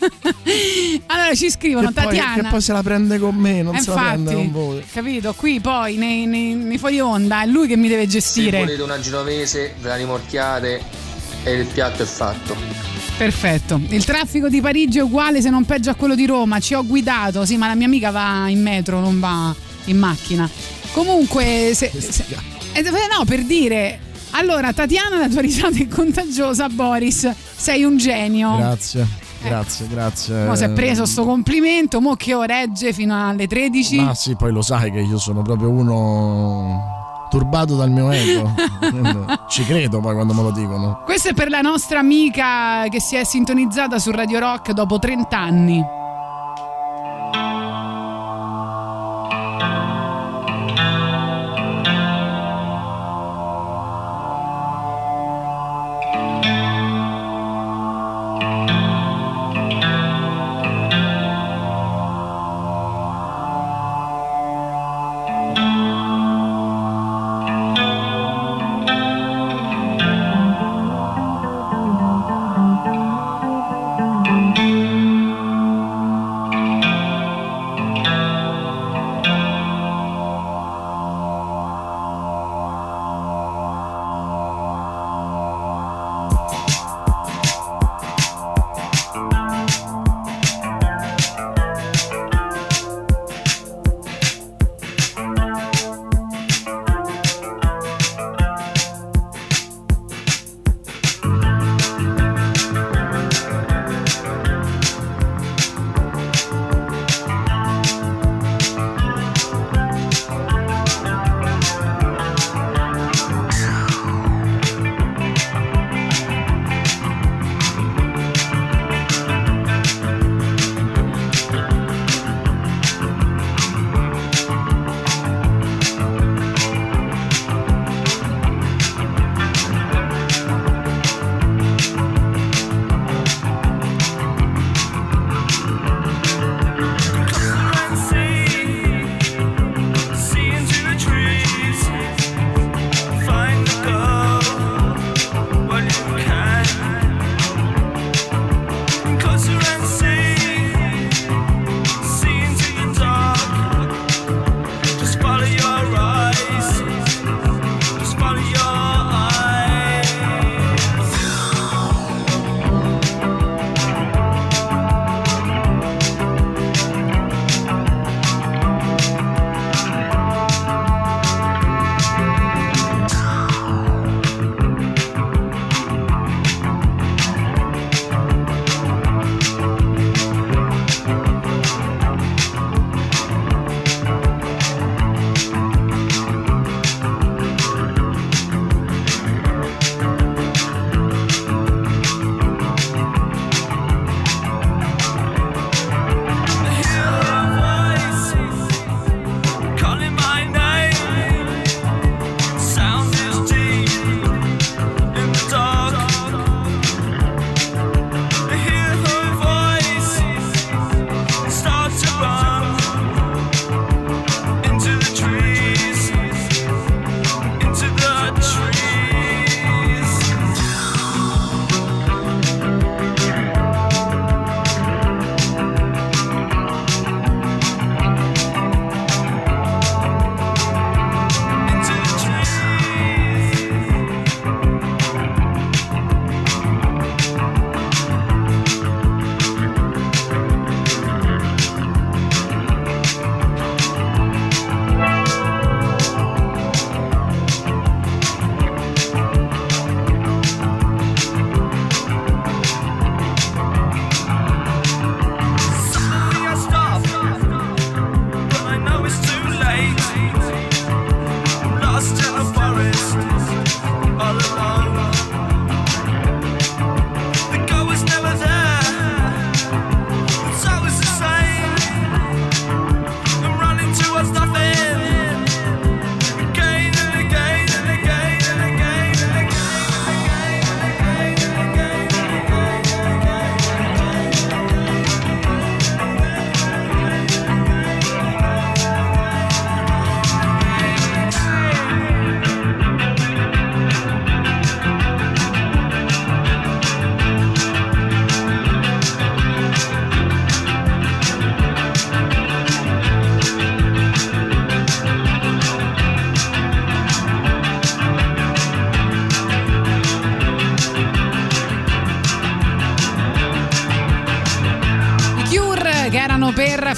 Allora ci scrivono Che poi, Tatiana. che poi se la prende con me, non Eh, se la prende infatti, con voi. capito? Qui poi nei, nei, nei fuori onda è lui che mi deve Se gestire. volete una genovese, ve la rimorchiate e il piatto è fatto. Perfetto. Il traffico di Parigi è uguale se non peggio a quello di Roma. Ci ho guidato, sì, ma la mia amica va in metro, non va in macchina. Comunque, se, se, eh, no, per dire. Allora, Tatiana, la tua risata è contagiosa. Boris, sei un genio. Grazie, grazie, grazie. Mo si è preso sto complimento, mo che regge fino alle tredici. Ma sì, poi lo sai che io sono proprio uno turbato dal mio ego. Ci credo poi quando me lo dicono. Questo è per la nostra amica che si è sintonizzata su Radio Rock dopo trenta anni.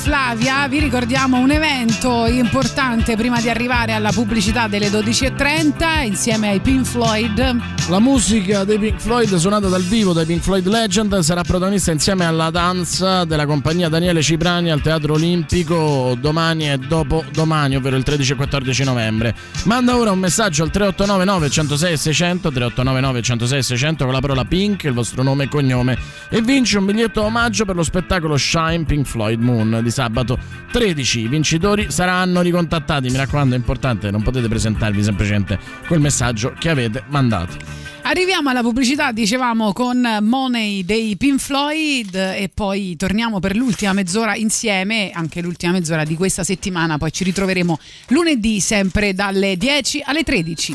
Flavia. Vi ricordiamo un evento importante prima di arrivare alla pubblicità delle dodici e trenta insieme ai Pink Floyd. La musica dei Pink Floyd suonata dal vivo dai Pink Floyd Legend sarà protagonista insieme alla danza della compagnia Daniele Ciprani al Teatro Olimpico domani e dopodomani, ovvero il tredici e quattordici novembre. Manda ora un messaggio al tre otto nove nove uno zero sei sei zero zero, tre otto nove nove uno zero sei sei zero zero con la parola Pink, il vostro nome e cognome, e vinci un biglietto omaggio per lo spettacolo Shine Pink Floyd Moon di sabato tredici. I vincitori saranno ricontattati, mi raccomando, è importante, non potete presentarvi semplicemente quel messaggio che avete mandato. Arriviamo alla pubblicità, dicevamo, con Money dei Pink Floyd e poi torniamo per l'ultima mezz'ora insieme, anche l'ultima mezz'ora di questa settimana, poi ci ritroveremo lunedì sempre dalle dieci alle tredici.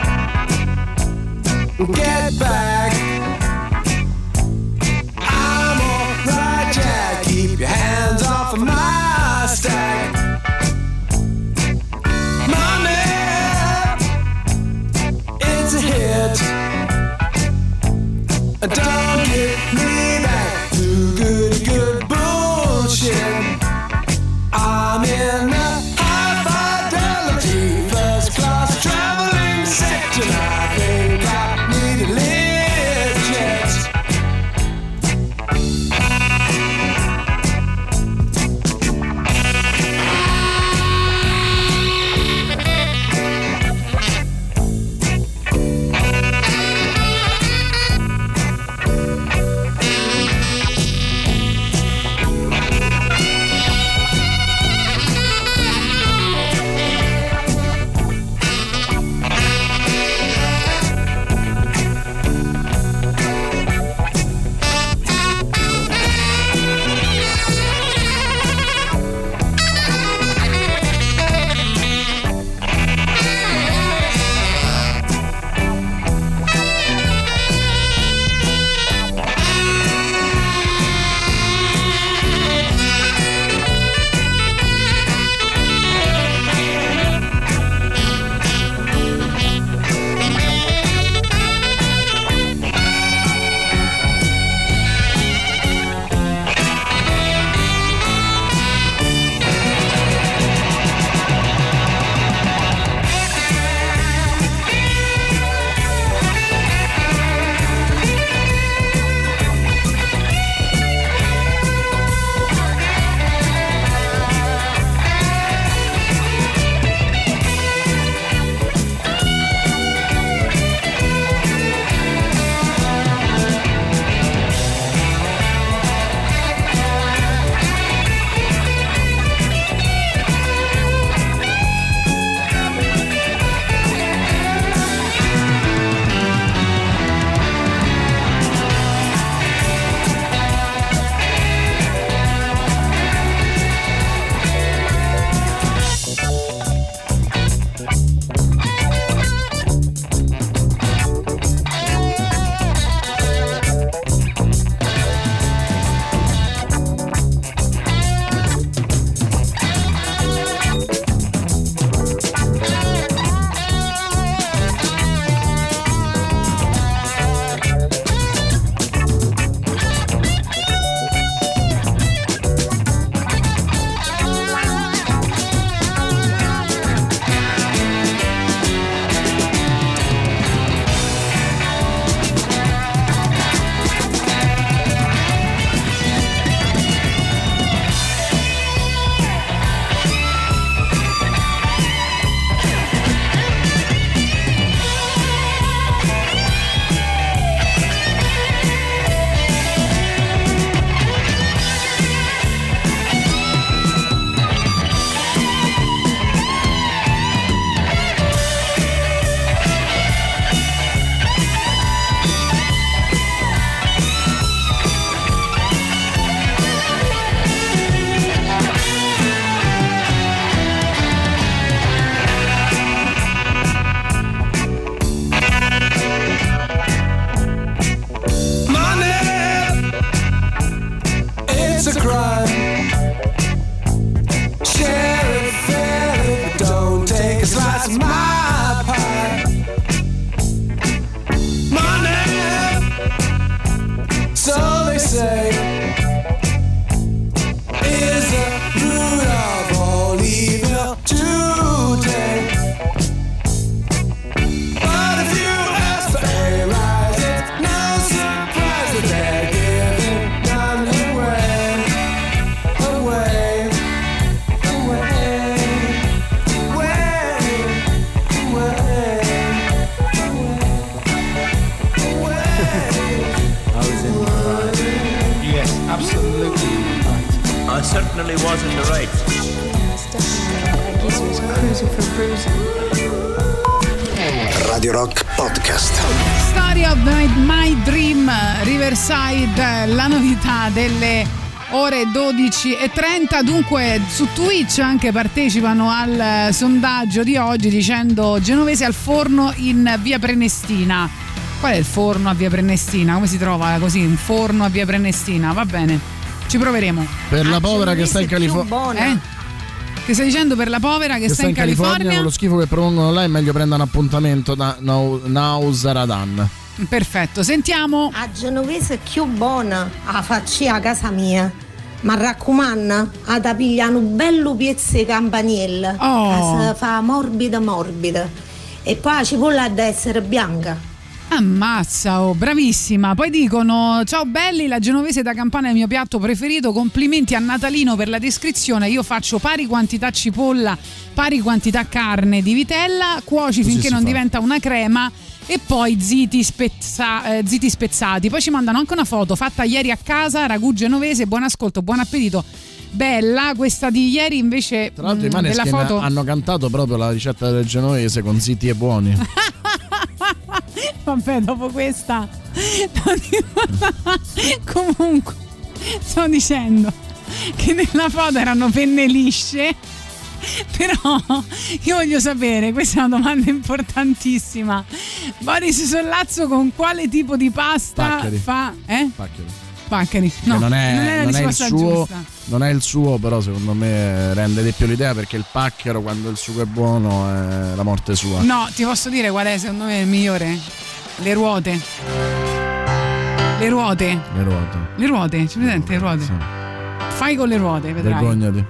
Get back. I certainly was in the right. Radio Rock Podcast. Story of my, my Dream, Riverside, la novità delle ore dodici e trenta. Dunque su Twitch anche partecipano al sondaggio di oggi dicendo genovese al forno in via Prenestina. Qual è il forno a via Prenestina? Come si trova così un forno a via Prenestina? Va bene, ci proveremo. Per la povera che sta in California. Eh? Che stai dicendo per la povera che, che sta, sta in California? California? Con lo schifo che propongono là è meglio prendere un appuntamento da Nausaradan. Perfetto, sentiamo. A genovese più buona a faccia a casa mia. Ma raccomando, a da pigliare un bello pezzo di campanella. Oh. Che si fa morbida morbida. E poi la cipolla deve essere bianca. Ammazza, oh, bravissima. Poi dicono: ciao belli, la genovese da Campana è il mio piatto preferito. Complimenti a Natalino per la descrizione. Io faccio pari quantità cipolla, pari quantità carne di vitella, cuoci Così finché si non fa. diventa una crema e poi ziti, spezza, eh, ziti spezzati. Poi ci mandano anche una foto fatta ieri a casa, ragù genovese. Buon ascolto, buon appetito. Bella, questa di ieri invece. Tra l'altro mh, i Maneskin della foto hanno cantato proprio la ricetta del genovese con ziti e buoni. Vabbè, dopo questa comunque sto dicendo che nella foto erano penne lisce, però io voglio sapere, questa è una domanda importantissima, Boris Sollazzo con quale tipo di pasta Paccheri. fa? Eh? Paccheri. Paccheri. No, Che non è, non è la non è il risposta suo, giusta. non è il suo, però secondo me rende di più l'idea, perché il pacchero, quando il sugo è buono, è la morte sua. No, ti posso dire qual è secondo me il migliore? Le ruote. Le ruote. Le ruote. Le ruote, ci presente le ruote? Fai con le ruote, vedrai. Vergognati.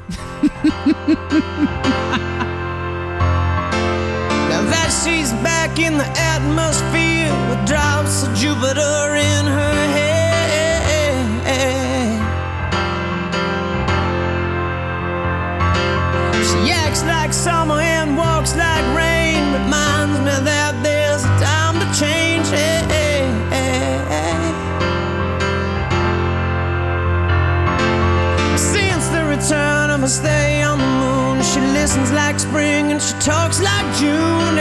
Now that she's back in the atmosphere with drops of Jupiter in her head. She acts like summer and walks like rain. Reminds me that there's a time to change. Since the return of her stay on the moon, she listens like spring and she talks like June.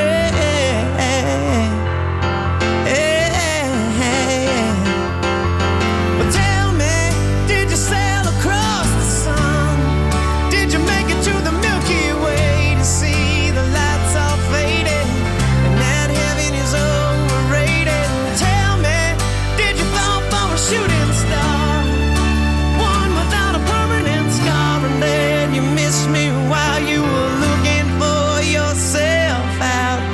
But tell me, did you sail across the sun? Did you make it to the Milky Way to see the lights all faded and that heaven is overrated? Tell me, did you fall from a shooting star, one without a permanent scar, and then you missed me while you were looking for yourself out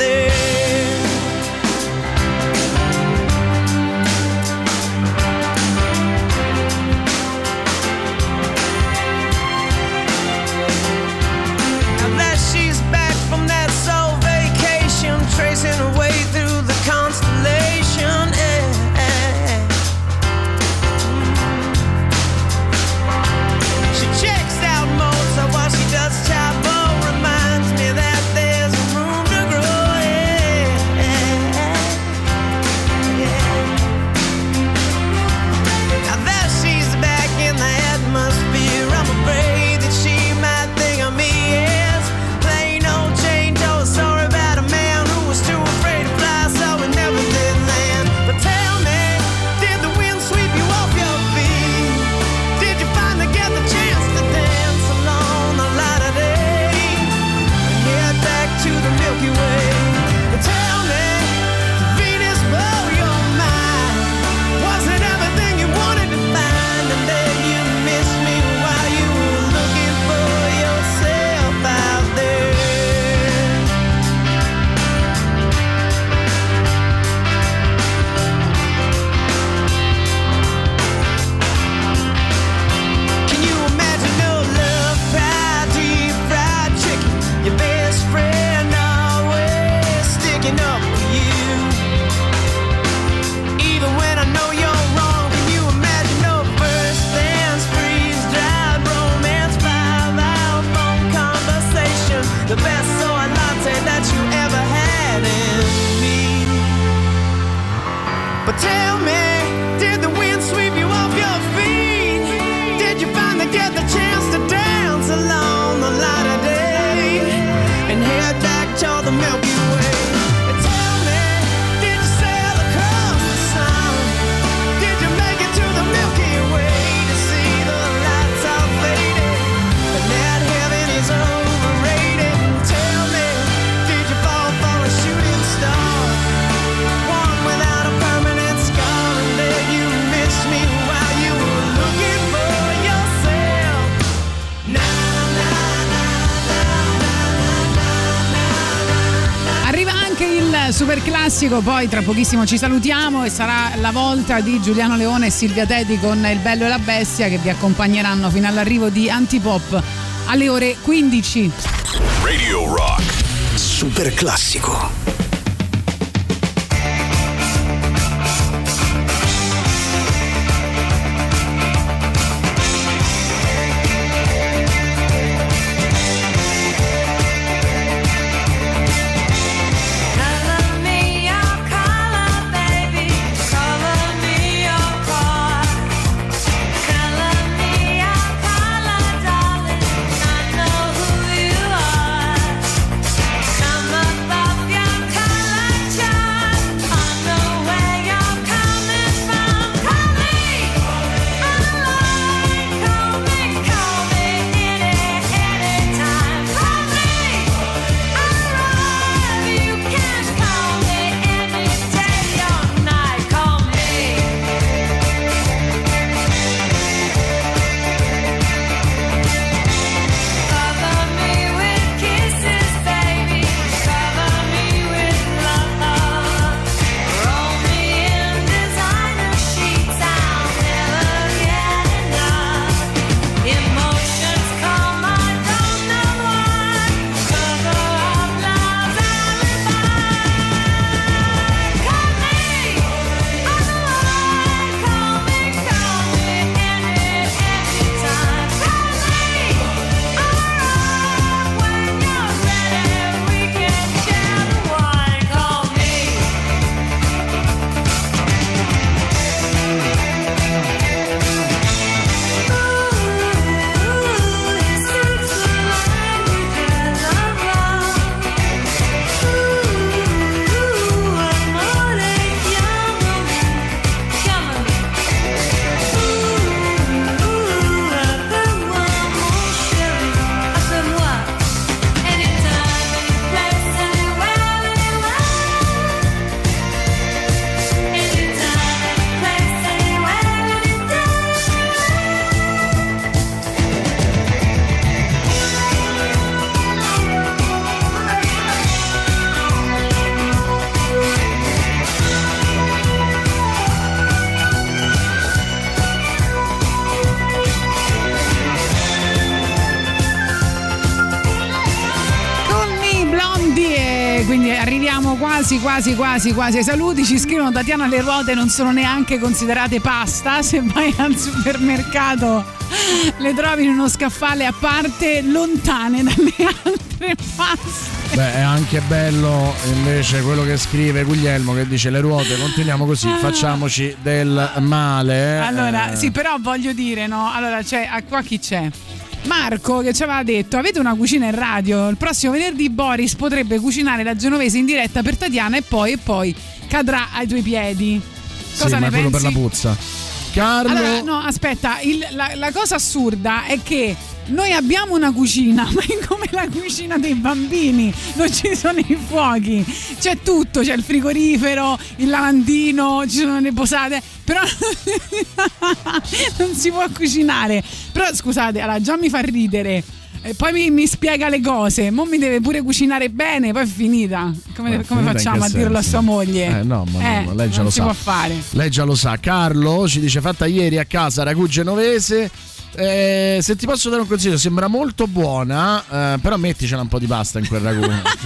super classico, poi tra pochissimo ci salutiamo e sarà la volta di Giuliano Leone e Silvia Teti con Il Bello e la Bestia che vi accompagneranno fino all'arrivo di Antipop alle ore quindici. Radio Rock. Super classico. Quasi quasi quasi quasi ai saluti. Ci scrivono: Tatiana, le ruote non sono neanche considerate pasta, se vai al supermercato le trovi in uno scaffale a parte, lontane dalle altre paste. Beh, è anche bello invece quello che scrive Guglielmo, che dice: le ruote, continuiamo così, facciamoci del male. Allora eh. sì, però voglio dire, no, allora c'è, qua chi c'è? Marco che ci aveva detto: avete una cucina in radio, il prossimo venerdì Boris potrebbe cucinare la genovese in diretta per Tatiana e poi e poi cadrà ai tuoi piedi. Cosa sì, ne ma pensi? quello per la puzza. Carlo. Allora, no, aspetta, il, la, la cosa assurda è che noi abbiamo una cucina, ma è come la cucina dei bambini, non ci sono i fuochi, c'è tutto, c'è il frigorifero, il lavandino, ci sono le posate, però non si può cucinare. Però scusate, allora già mi fa ridere. E poi mi, mi spiega le cose, mo mi deve pure cucinare bene, poi è finita. Come, Beh, come finita facciamo a senso? dirlo a sua moglie? Eh no, ma eh, no, lei già non lo si sa. può fare. Lei già lo sa. Carlo ci dice: fatta ieri a casa ragù genovese. Eh, se ti posso dare un consiglio, sembra molto buona, eh, però metticela un po' di pasta in quel ragù.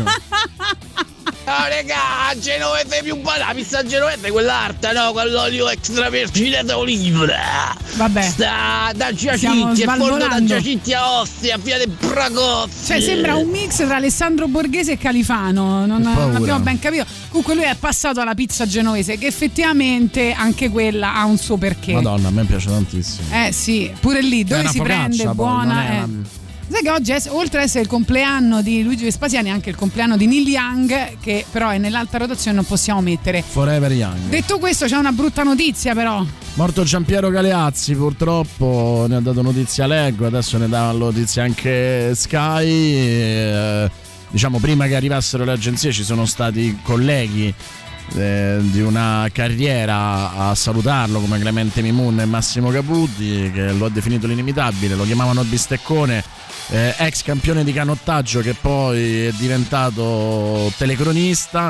Oh regà, genovese più buona, la pizza genovese quell'altra, no? Con l'olio extravergine d'oliva. Vabbè. Sta da Stiamo Giacinti, è forno da svalvolando. Giacinti a Ostia, via dei Bragozzi. Cioè sembra un mix tra Alessandro Borghese e Califano, non, non abbiamo ben capito. Comunque lui è passato alla pizza genovese, che effettivamente anche quella ha un suo perché. Madonna, a me piace tantissimo. Eh sì, pure lì dove una si focaccia, prende poi, buona. non è eh. una- Sai che oggi, è, oltre ad essere il compleanno di Luigi Vespasiani, è anche il compleanno di Neil Young, che però è nell'alta rotazione, non possiamo mettere. Forever Young. Detto questo, c'è una brutta notizia però. Morto Giampiero Galeazzi, purtroppo ne ha dato notizia Leggo, adesso ne dà notizia anche Sky. Eh, diciamo, prima che arrivassero le agenzie ci sono stati colleghi eh, di una carriera a salutarlo, come Clemente Mimun e Massimo Caputi, che lo ha definito l'inimitabile, lo chiamavano il bisteccone, eh, ex campione di canottaggio che poi è diventato telecronista.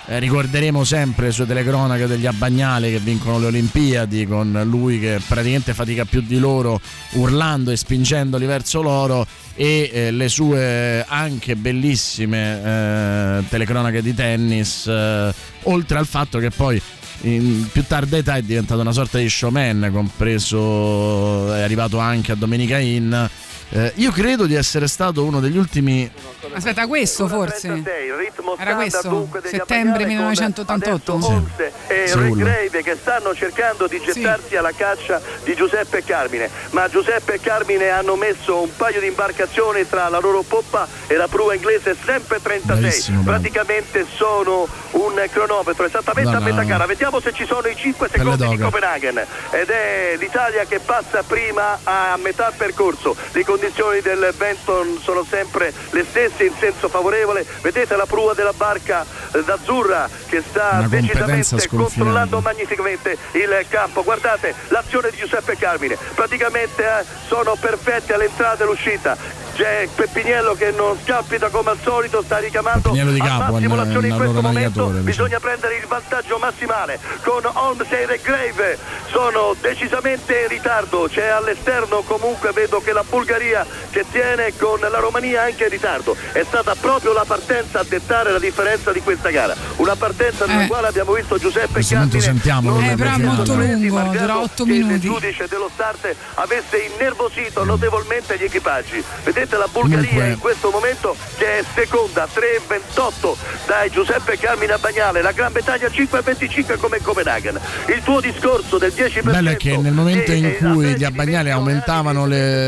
Eh, ricorderemo sempre le sue telecronache degli Abbagnale che vincono le Olimpiadi, con lui che praticamente fatica più di loro urlando e spingendoli verso l'oro, e eh, le sue anche bellissime eh, telecronache di tennis, eh, oltre al fatto che poi in più tarda età è diventato una sorta di showman, compreso, è arrivato anche a Domenica Inn. Eh, io credo di essere stato uno degli ultimi. Aspetta, questo forse era questo? Settembre millenovecentottantotto? Holmes e Seul. Redgrave che stanno cercando di gettarsi Sì. alla caccia di Giuseppe e Carmine, ma Giuseppe e Carmine hanno messo un paio di imbarcazioni tra la loro poppa e la prua inglese, sempre trentasei. Bravissimo, bravo. Praticamente sono un cronometro esattamente No, a metà no. gara. Vediamo se ci sono i cinque Pelle secondi di d'oca. Copenaghen, ed è l'Italia che passa prima a metà percorso. Le condizioni del vento sono sempre le stesse in senso favorevole. Vedete la prua della barca eh, d'azzurra che sta Una competenza decisamente sconfinata. controllando magnificamente il campo. Guardate l'azione di Giuseppe Carmine, praticamente eh, sono perfette all'entrata e all'uscita. C'è Peppiniello che non scalpita come al solito, sta ricamando Peppiniello di al capo, massimo un- l'azione in un questo loro momento. navigatore, diciamo. Bisogna prendere il vantaggio massimale con Holmes e Redgrave, sono decisamente in ritardo. C'è all'esterno comunque, vedo che la Bulgaria che tiene, con la Romania anche in ritardo. È stata proprio la partenza a dettare la differenza di questa gara, una partenza nella Eh. quale abbiamo visto Giuseppe In questo momento Carmine sentiamo non quello Eh, però è che molto fanno. lungo, malgrado dura otto che minuti. il giudice dello start avesse innervosito notevolmente gli equipaggi. Vedete la Bulgaria Comunque- in questo momento che è seconda, tre ventotto dai Giuseppe Carmine a Bagnale, la Gran Bretagna cinque venticinque come Copenaghen. Il tuo discorso del dieci per cento. Bello è che nel momento e- in e cui atleti gli Abbagnali aumentavano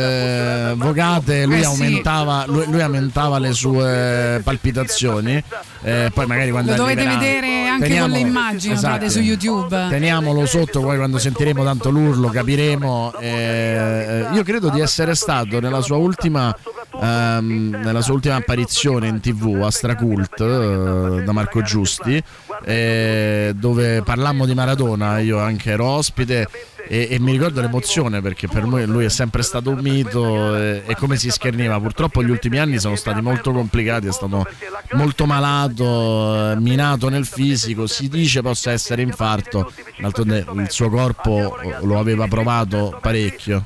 le vocate, lui Eh sì. aumentava, lui, lui aumentava le sue palpitazioni. Eh, poi magari quando Lo dovete arriverà- vedere anche Teniamo- con le immagini, lo esatto. trovate su YouTube. Teniamolo sotto, poi quando sentiremo tanto l'urlo capiremo. Eh, io credo di essere stato nella sua ultima ehm, nella sua ultima apparizione in tivù a Stracult eh, da Marco Giusti, eh, dove parlammo di Maradona. Io anche ero ospite e, e mi ricordo l'emozione, perché per noi lui è sempre stato un mito, e, e come si scherniva. Purtroppo gli ultimi anni sono stati molto complicati, è stato molto malato, eh, minato nel fisico, si dice possa essere infarto, d'altronde il suo corpo lo aveva provato parecchio.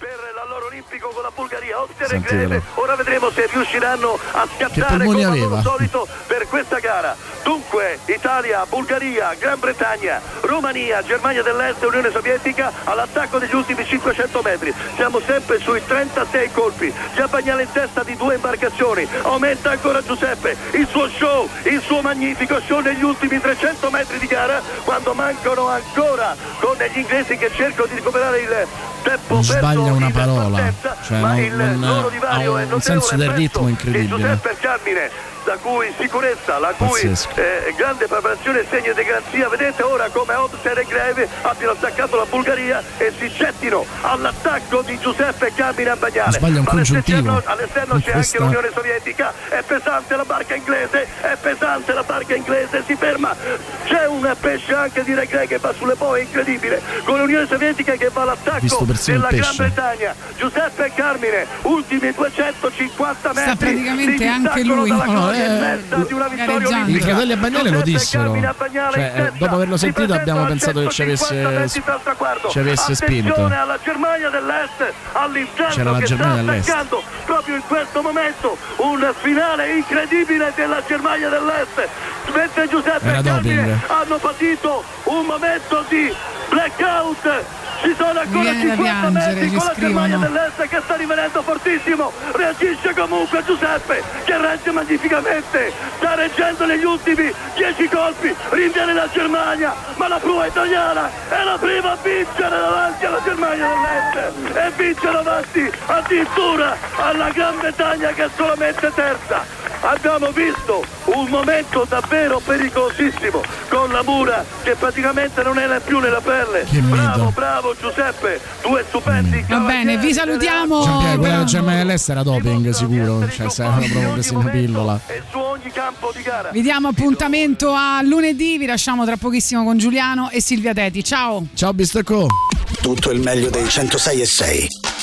con la Bulgaria, Oster e Sentitelo. Greve. Ora vedremo se riusciranno a Che scattare polmoni come al loro aveva? solito per questa gara. Dunque Italia, Bulgaria, Gran Bretagna, Romania, Germania dell'Est e Unione Sovietica all'attacco degli ultimi cinquecento metri. Siamo sempre sui trentasei colpi. Già Bagnale in testa di due imbarcazioni. Aumenta ancora Giuseppe, il suo show, il suo magnifico show negli ultimi trecento metri di gara, quando mancano ancora con gli inglesi che cercano di recuperare il tempo. Non perso sbaglia una in parola, partenza, cioè ma non- il non- loro divario ha è un notevole, senso del presto ritmo di incredibile. Giuseppe Carmine, la cui sicurezza, la cui Pazzesco. eh, grande preparazione e segno di garanzia. Vedete ora come Obser e Greve abbiano attaccato la Bulgaria e si gettino all'attacco di Giuseppe Carmine a Bagnale. Sbaglia un congiuntivo. All'esterno, all'esterno In c'è questa- anche l'Unione Sovietica, è pesante la barca inglese, è pesante la barca inglese, si ferma, c'è un pesce anche di Regre che va sulle boe, incredibile, con l'Unione Sovietica che va all'attacco Visto persino il della Gran pesce. Bretagna. Giuseppe Carmine, ultimi duecentocinquanta metri, Sta praticamente si anche distaccano lui. dalla No, gloria eh, immensa di una vittoria gareggiando. I fratelli a Bagnale lo Giuseppe dissero, Carmine a Bagnale cioè, in testa, eh, dopo averlo si sentito presenta abbiamo a pensato che ci centocinquanta avesse, metri dal traguardo. ci avesse spinto. Attenzione alla Germania dell'Est, C'era all'interno la che Germania sta dell'Est. attaccando proprio in questo momento un finale incredibile della Germania dell'Est, mentre Giuseppe Era e Carmine doping. hanno patito un momento di blackout. Ci sono ancora Viene da cinquanta piangere, metri ci con la Germania scrivono. dell'Est che sta rimanendo fortissimo. Reagisce comunque Giuseppe, che regge magnificamente, sta reggendo negli ultimi dieci colpi. Rinviene la Germania, ma la prua italiana è la prima a vincere davanti alla Germania dell'Est e vince davanti addirittura alla Gran Bretagna che è solamente terza. Abbiamo visto un momento davvero pericolosissimo con la Mura che praticamente non era più nella pelle. Che Bravo, mito. bravo Giuseppe, due stupendi Va bene, vi salutiamo. Giampiero, quella però- del Germania dell'Est era doping sicuro, cioè se era proprio così una pillola. e su ogni campo di gara. Vi diamo appuntamento a lunedì, vi lasciamo tra pochissimo con Giuliano e Silvia Teti. Ciao. Ciao Bistecco. Tutto il meglio dei centosei e sei.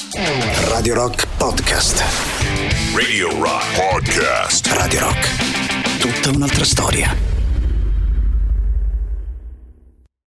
Radio Rock Podcast. Radio Rock Podcast. Radio Rock. Tutta un'altra storia.